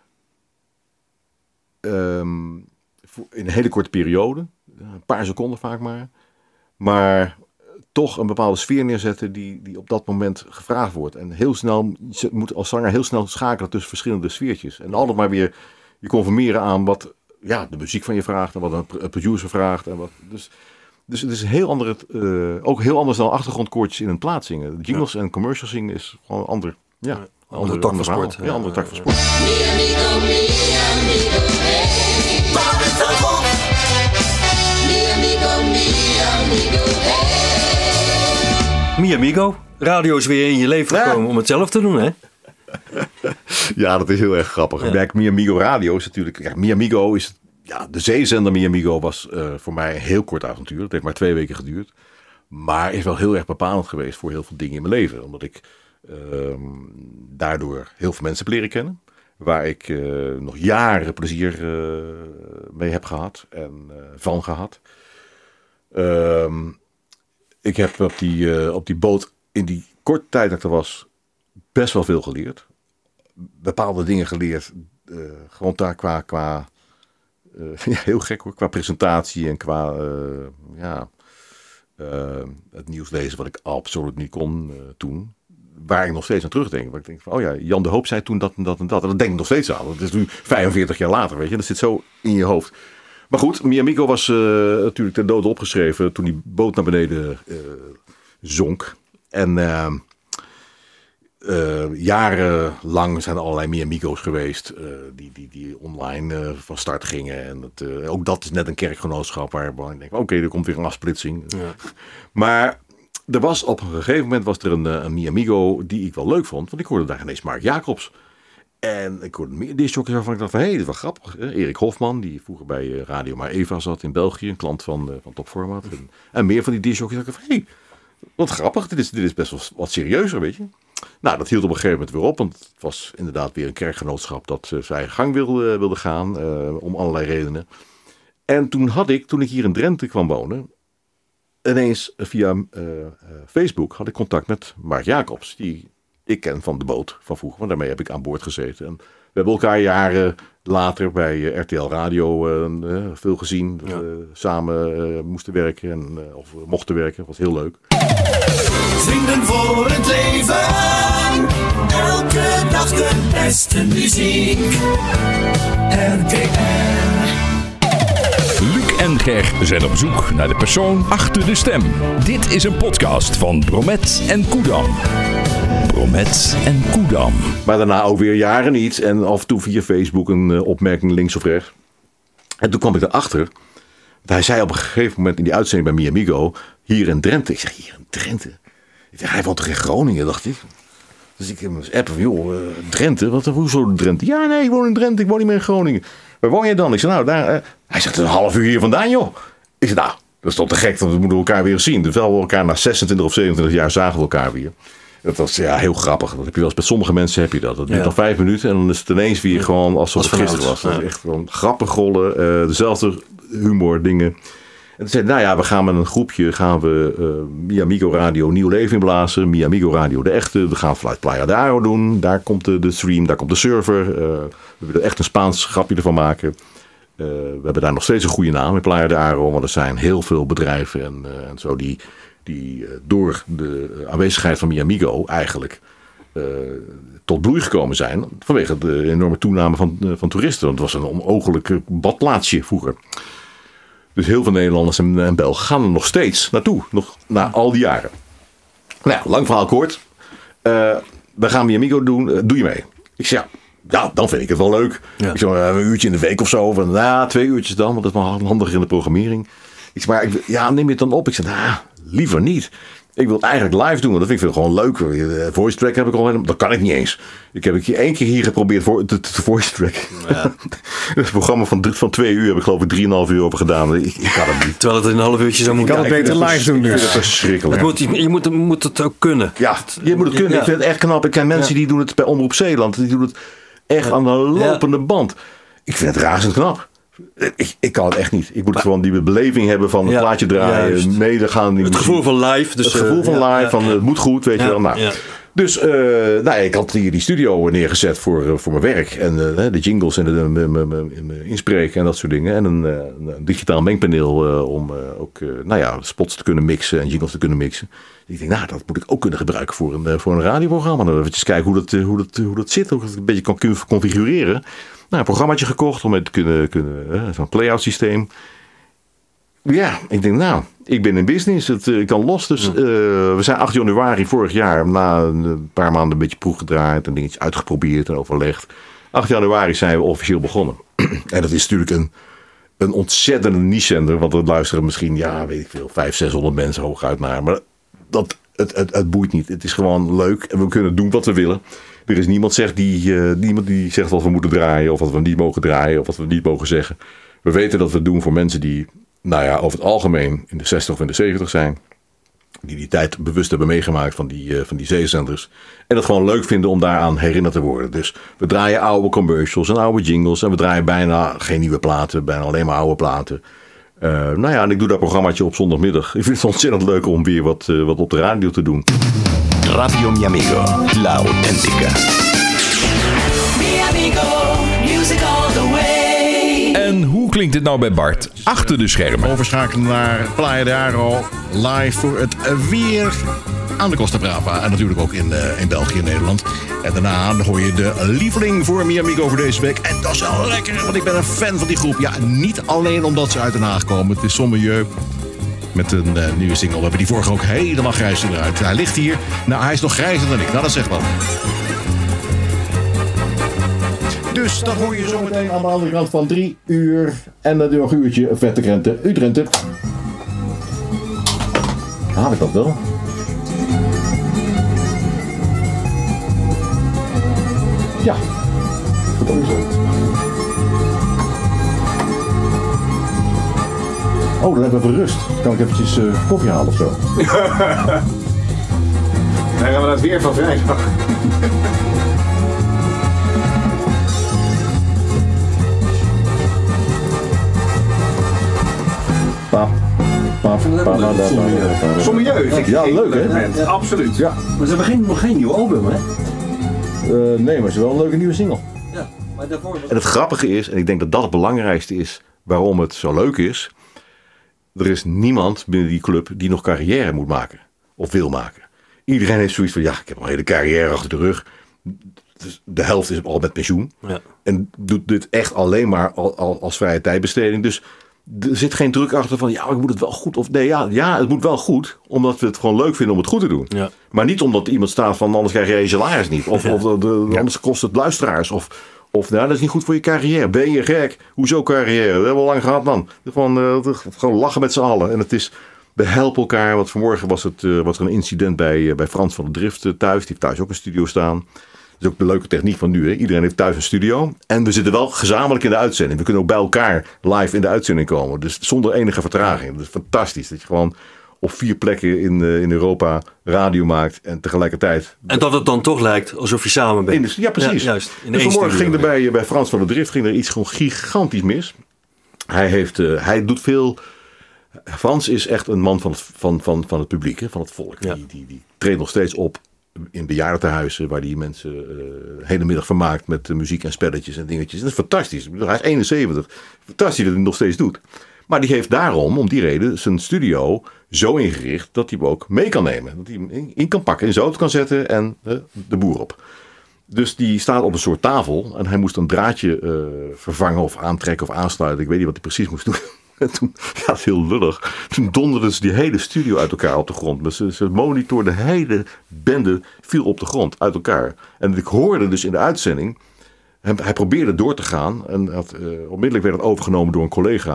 Um, voor, in een hele korte periode. Een paar seconden vaak maar. Maar toch een bepaalde sfeer neerzetten die, die op dat moment gevraagd wordt. En heel snel, je moet als zanger heel snel schakelen tussen verschillende sfeertjes. En altijd maar weer je conformeren aan wat ja, de muziek van je vraagt. En wat een producer vraagt. En wat, dus, dus het is heel ander, uh, ook heel anders dan achtergrondkoortjes in een plaat zingen. Jingles ja. en commercials zingen is gewoon een ander... Ja, ja, een andere tak van sport. Ja, andere tak van sport. Mi amigo, radio is weer in je leven gekomen ja. om het zelf te doen, hè? Ja, dat is heel erg grappig. Ja. Kijk, Mi Amigo Radio is natuurlijk... Ja, Mi Amigo is... Ja, de zeezender Mi Amigo was uh, voor mij een heel kort avontuur. Het heeft maar twee weken geduurd. Maar is wel heel erg bepalend geweest voor heel veel dingen in mijn leven. Omdat ik uh, daardoor heel veel mensen heb leren kennen. Waar ik uh, nog jaren plezier uh, mee heb gehad en uh, van gehad. Uh, ik heb op die, uh, op die boot in die korte tijd dat ik er was best wel veel geleerd. Bepaalde dingen geleerd. Uh, gewoon daar qua... qua uh, ja, heel gek hoor. Qua presentatie en qua... Uh, ja, uh, het nieuws lezen wat ik absoluut niet kon uh, toen. Waar ik nog steeds aan terugdenk. Waar ik denk van, oh ja, Jan de Hoop zei toen dat en dat en dat. En dat denk ik nog steeds aan. Dat is nu vijfenveertig jaar later, weet je. Dat zit zo in je hoofd. Maar goed, Mi Amigo was uh, natuurlijk ten dode opgeschreven toen die boot naar beneden uh, zonk. En uh, uh, jarenlang zijn er allerlei Mi Amigo's geweest uh, die, die, die online uh, van start gingen. En het, uh, ook dat is net een kerkgenootschap waar ik denk, oké, okay, er komt weer een afsplitsing. Ja. Maar... Er was op een gegeven moment was er een, een Mi Amigo die ik wel leuk vond. Want ik hoorde daar ineens Mark Jacobs. En ik hoorde meer discjockeys waarvan ik dacht van... Hé, hey, dat is wel grappig. Erik Hofman, die vroeger bij Radio Maar Eva zat in België. Een klant van, van Top Format. En, en meer van die discjockeys. dacht ik van... Hé, hey, wat grappig. Dit is, dit is best wel wat serieuzer, weet je. Nou, dat hield op een gegeven moment weer op. Want het was inderdaad weer een kerkgenootschap dat uh, zijn gang wilde, wilde gaan. Uh, om allerlei redenen. En toen had ik, toen ik hier in Drenthe kwam wonen... Ineens via uh, uh, Facebook had ik contact met Mark Jacobs. Die ik ken van de boot van vroeger. Want daarmee heb ik aan boord gezeten. En we hebben elkaar jaren later bij uh, R T L Radio uh, uh, veel gezien. Ja. Uh, samen uh, moesten werken. En, uh, of mochten werken. Dat was heel leuk. Vrienden voor het leven. Elke dag de beste muziek. R T L. Luc en Ger zijn op zoek naar de persoon achter de stem. Dit is een podcast van Bromet en Koedam. Bromet en Koedam. Maar daarna ook weer jaren niet. En af en toe via Facebook een uh, opmerking links of rechts. En toen kwam ik erachter. Hij zei op een gegeven moment in die uitzending bij Mi Amigo. Hier in Drenthe. Ik zeg, hier in Drenthe? Ik zeg, hij woont toch in Groningen, dacht ik. Dus ik heb hem appen van, joh, uh, Drenthe? Wat, hoezo Drenthe? Ja, nee, ik woon in Drenthe. Ik woon niet meer in Groningen. Waar woon je dan? Ik zei, nou, daar... Uh... Hij zegt, een half uur hier vandaan, joh. Ik zei, nou, dat is toch te gek, want we moeten elkaar weer eens zien. Terwijl we elkaar na zesentwintig of zevenentwintig jaar zagen we elkaar weer. Dat was ja, heel grappig. Dat heb je wel eens, bij sommige mensen heb je dat. Dat duurt ja. dan vijf minuten en dan is het ineens weer gewoon alsof het gisteren was. Dat is echt gewoon grappig rollen, uh, dezelfde humor, dingen. En toen zei hij, nou ja, we gaan met een groepje, gaan we uh, Mi Amigo Radio nieuw leven inblazen. Mi Amigo Radio de echte. We gaan Flight Playa de Aro doen. Daar komt de, de stream, daar komt de server. Uh, we willen echt een Spaans grapje ervan maken. Uh, we hebben daar nog steeds een goede naam in Playa de Aro. Want er zijn heel veel bedrijven en, uh, en zo die, die uh, door de aanwezigheid van Mi Amigo eigenlijk uh, tot bloei gekomen zijn. Vanwege de enorme toename van, uh, van toeristen. Want het was een onogelijk badplaatsje vroeger. Dus heel veel Nederlanders en, en Belgen gaan er nog steeds naartoe. Nog na al die jaren. Nou ja, lang verhaal kort. Uh, we gaan Mi Amigo doen. Uh, doe je mee? Ik zeg ja. Ja, dan vind ik het wel leuk. Ja. Ik zeg, een uurtje in de week of zo. Of, nou, twee uurtjes dan, want dat is wel handig in de programmering. Ik zei, maar ik, ja, neem je het dan op? Ik zei, nou, liever niet. Ik wil het eigenlijk live doen, want dat vind ik gewoon leuk. Voice track heb ik al helemaal, dat kan ik niet eens. Ik heb ik één keer hier geprobeerd voor te, te voice track. Ja. Het programma van, van twee uur heb ik geloof ik drieënhalf uur over gedaan. Ik, ik kan het niet. Terwijl het in een half uurtje zou moeten. Ik kan het beter live doen. Dus. Dat is verschrikkelijk. Het moet, je moet, moet het ook kunnen. Ja, je moet het kunnen. Ja. Ik vind het echt knap. Ik ken mensen ja. die doen het bij Omroep Zeeland. Die doen het echt ja. aan de lopende ja. band. Ik vind het razend knap. Ik, ik kan het echt niet. Ik moet maar, gewoon die beleving hebben van het ja, plaatje draaien, meegaan. Het gevoel van live. Dus, het gevoel van live, ja, van ja. het moet goed, weet ja, je wel. Nou, ja. Dus uh, nou, ik had hier die studio neergezet voor, uh, voor mijn werk. En uh, de jingles en de, de, de, de inspreken en dat soort dingen. En een, uh, een digitaal mengpaneel uh, om uh, ook uh, nou ja, spots te kunnen mixen en jingles te kunnen mixen. Ik denk, nou, dat moet ik ook kunnen gebruiken voor een, uh, voor een radioprogramma. Dan even kijken hoe dat, uh, hoe, dat, hoe dat zit, hoe ik het een beetje kan kunnen configureren. Nou, een programmaatje gekocht om het te kunnen, kunnen uh, zo'n play-out systeem. Ja, ik denk, nou, ik ben in business. Het uh, kan los. Dus uh, we zijn acht januari vorig jaar, na een paar maanden een beetje proef gedraaid en dingetjes uitgeprobeerd en overlegd. acht januari zijn we officieel begonnen. En dat is natuurlijk een, een ontzettende niche-zender, want er luisteren misschien, ja, weet ik veel, vijfhonderd, zeshonderd mensen hooguit naar. Maar dat, het, het, het boeit niet. Het is gewoon leuk en we kunnen doen wat we willen. Er is niemand, zegt die, uh, niemand die zegt wat we moeten draaien of wat we niet mogen draaien of wat we niet mogen zeggen. We weten dat we het doen voor mensen die, nou ja, over het algemeen in de zestig of in de zeventig zijn. Die die tijd bewust hebben meegemaakt van die, uh, van die zeezenders. En het gewoon leuk vinden om daaraan herinnerd te worden. Dus we draaien oude commercials en oude jingles. En we draaien bijna geen nieuwe platen, bijna alleen maar oude platen. Uh, nou ja, en ik doe dat programmaatje op zondagmiddag. Ik vind het ontzettend leuk om weer wat, uh, wat op de radio te doen. Radio Mi Amigo, la auténtica. Mi Amigo, music all the way. En hoe klinkt het nou bij Bart achter de schermen? Overschakelen naar Playa de Aro, live voor het weer aan de Costa Brava. En natuurlijk ook in, uh, in België en Nederland. En daarna hoor je de lieveling voor Mi Amigo voor deze week. En dat is wel lekker, want ik ben een fan van die groep. Ja, niet alleen omdat ze uit Den Haag komen. Het is Sommelieu. Met een uh, nieuwe single. We hebben die vorige ook helemaal grijs eruit. Hij ligt hier. Nou, hij is nog grijzer dan ik. Nou, dat zegt wel. Dus dat hoor je zo meteen aan de andere kant van drie uur. En dan nog een uurtje vette krenten. U-Drenthe. Haal ik dat wel? Ja. Goed ook zo. Oh, dan hebben we even rust. Kan ik eventjes uh, koffie halen of zo? Dan gaan we naar het weer van vrijdag. Pap. Pap. Sommelieu. Ja, leuk hè? Ja, absoluut. Ja. Maar ze hebben geen, nog geen nieuw album hè? Uh, nee, maar ze hebben wel een leuke nieuwe single. Ja, maar daarvoor was... En het grappige is, en ik denk dat dat het belangrijkste is waarom het zo leuk is. Er is niemand binnen die club die nog carrière moet maken. Of wil maken. Iedereen heeft zoiets van, ja, ik heb al een hele carrière achter de rug. Dus de helft is al met pensioen. Ja. En doet dit echt alleen maar als vrije tijdbesteding. Dus er zit geen druk achter van, ja, ik moet het wel goed. Of nee, ja, ja, het moet wel goed. Omdat we het gewoon leuk vinden om het goed te doen. Ja. Maar niet omdat iemand staat van, anders krijg je je salaris niet. Of, ja. of de, de, ja. anders kost het luisteraars. Of... Of nou, dat is niet goed voor je carrière. Ben je gek? Hoezo carrière? Dat hebben we lang gehad, man. Gewoon, uh, gewoon lachen met z'n allen. En het is, we helpen elkaar. Want vanmorgen was, het, uh, was er een incident bij, uh, bij Frans van der Drift uh, thuis. Die heeft thuis ook een studio staan. Dat is ook de leuke techniek van nu. Hè? Iedereen heeft thuis een studio. En we zitten wel gezamenlijk in de uitzending. We kunnen ook bij elkaar live in de uitzending komen. Dus zonder enige vertraging. Dat is fantastisch. Dat je gewoon op vier plekken in, uh, in Europa radio maakt en tegelijkertijd... En dat het dan toch lijkt alsof je samen bent. In de, ja, precies. Ja, juist. In dus vanmorgen ging er bij, bij Frans van der Drift ging er iets gewoon gigantisch mis. Hij, heeft, uh, hij doet veel... Frans is echt een man van het, van, van, van het publiek, hè, van het volk. Ja. Die, die, die treedt nog steeds op in bejaardentehuizen waar die mensen uh, de hele middag vermaakt met uh, muziek en spelletjes en dingetjes. Dat is fantastisch. Hij is eenenzeventig. Fantastisch dat hij het nog steeds doet. Maar die heeft daarom, om die reden, zijn studio zo ingericht dat hij hem ook mee kan nemen. Dat hij hem in kan pakken, in zijn auto kan zetten en uh, de boer op. Dus die staat op een soort tafel en hij moest een draadje uh, vervangen of aantrekken of aansluiten. Ik weet niet wat hij precies moest doen. En toen, ja, dat is heel lullig. Toen donderden ze die hele studio uit elkaar op de grond. Maar ze, ze monitor, de hele bende viel op de grond uit elkaar. En ik hoorde dus in de uitzending, hij, hij probeerde door te gaan. En had, uh, onmiddellijk werd het overgenomen door een collega.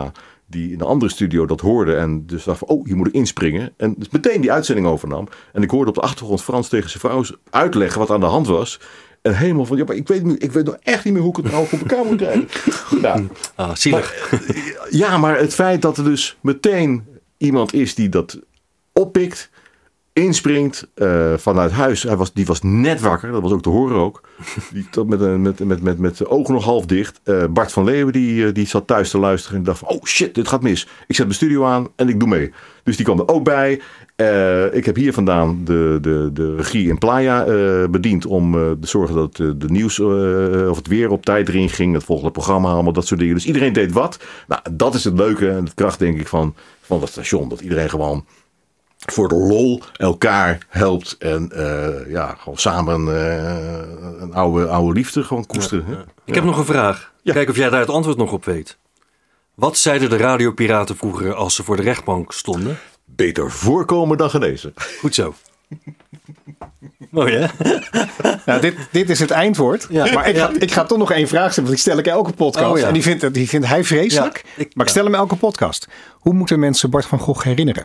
die in een andere studio dat hoorde en dus dacht van, oh, hier moet ik inspringen. En dus meteen die uitzending overnam. En ik hoorde op de achtergrond Frans tegen zijn vrouw uitleggen wat aan de hand was. En helemaal van, ja, maar ik weet, nu, ik weet nog echt niet meer hoe ik het nou voor elkaar moet krijgen. Ja, ah, zielig. Maar, ja, maar het feit dat er dus meteen iemand is die dat oppikt, inspringt uh, vanuit huis. Hij was, die was net wakker, dat was ook te horen ook. Die tot met, met, met, met, met zijn ogen nog half dicht. Uh, Bart van Leeuwen die, die zat thuis te luisteren en dacht van, oh shit, dit gaat mis. Ik zet mijn studio aan en ik doe mee. Dus die kwam er ook bij. Uh, ik heb hier vandaan de, de, de regie in Playa uh, bediend om uh, te zorgen dat uh, de nieuws uh, of het weer op tijd erin ging. Het volgende programma, allemaal dat soort dingen. Dus iedereen deed wat. Nou, dat is het leuke en de kracht denk ik van, van dat station. Dat iedereen gewoon voor de lol elkaar helpt en uh, ja, gewoon samen uh, een oude, oude liefde gewoon koesteren. Ja, ja. Ik heb nog een vraag. Ja. Kijk of jij daar het antwoord nog op weet. Wat zeiden de radiopiraten vroeger als ze voor de rechtbank stonden? Beter voorkomen dan genezen. Goed zo. Mooi hè? Nou, dit, dit is het eindwoord. Ja. Maar ik ga, ik ga toch nog één vraag stellen. Want die stel ik elke podcast. Oh, ja. En die vindt, die vindt hij vreselijk. Ja, ik, maar ik stel hem elke podcast. Hoe moeten mensen Bart van Gogh herinneren?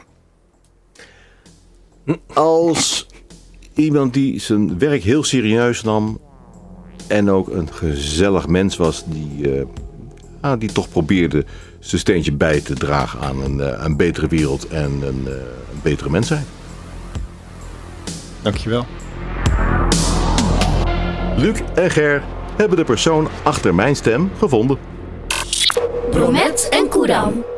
Als iemand die zijn werk heel serieus nam. En ook een gezellig mens was. Die, uh, ah, die toch probeerde zijn steentje bij te dragen aan een, uh, een betere wereld. En een, uh, een betere mens zijn. Dankjewel. Luc en Ger hebben de persoon achter mijn stem gevonden. Bromet en Koedam.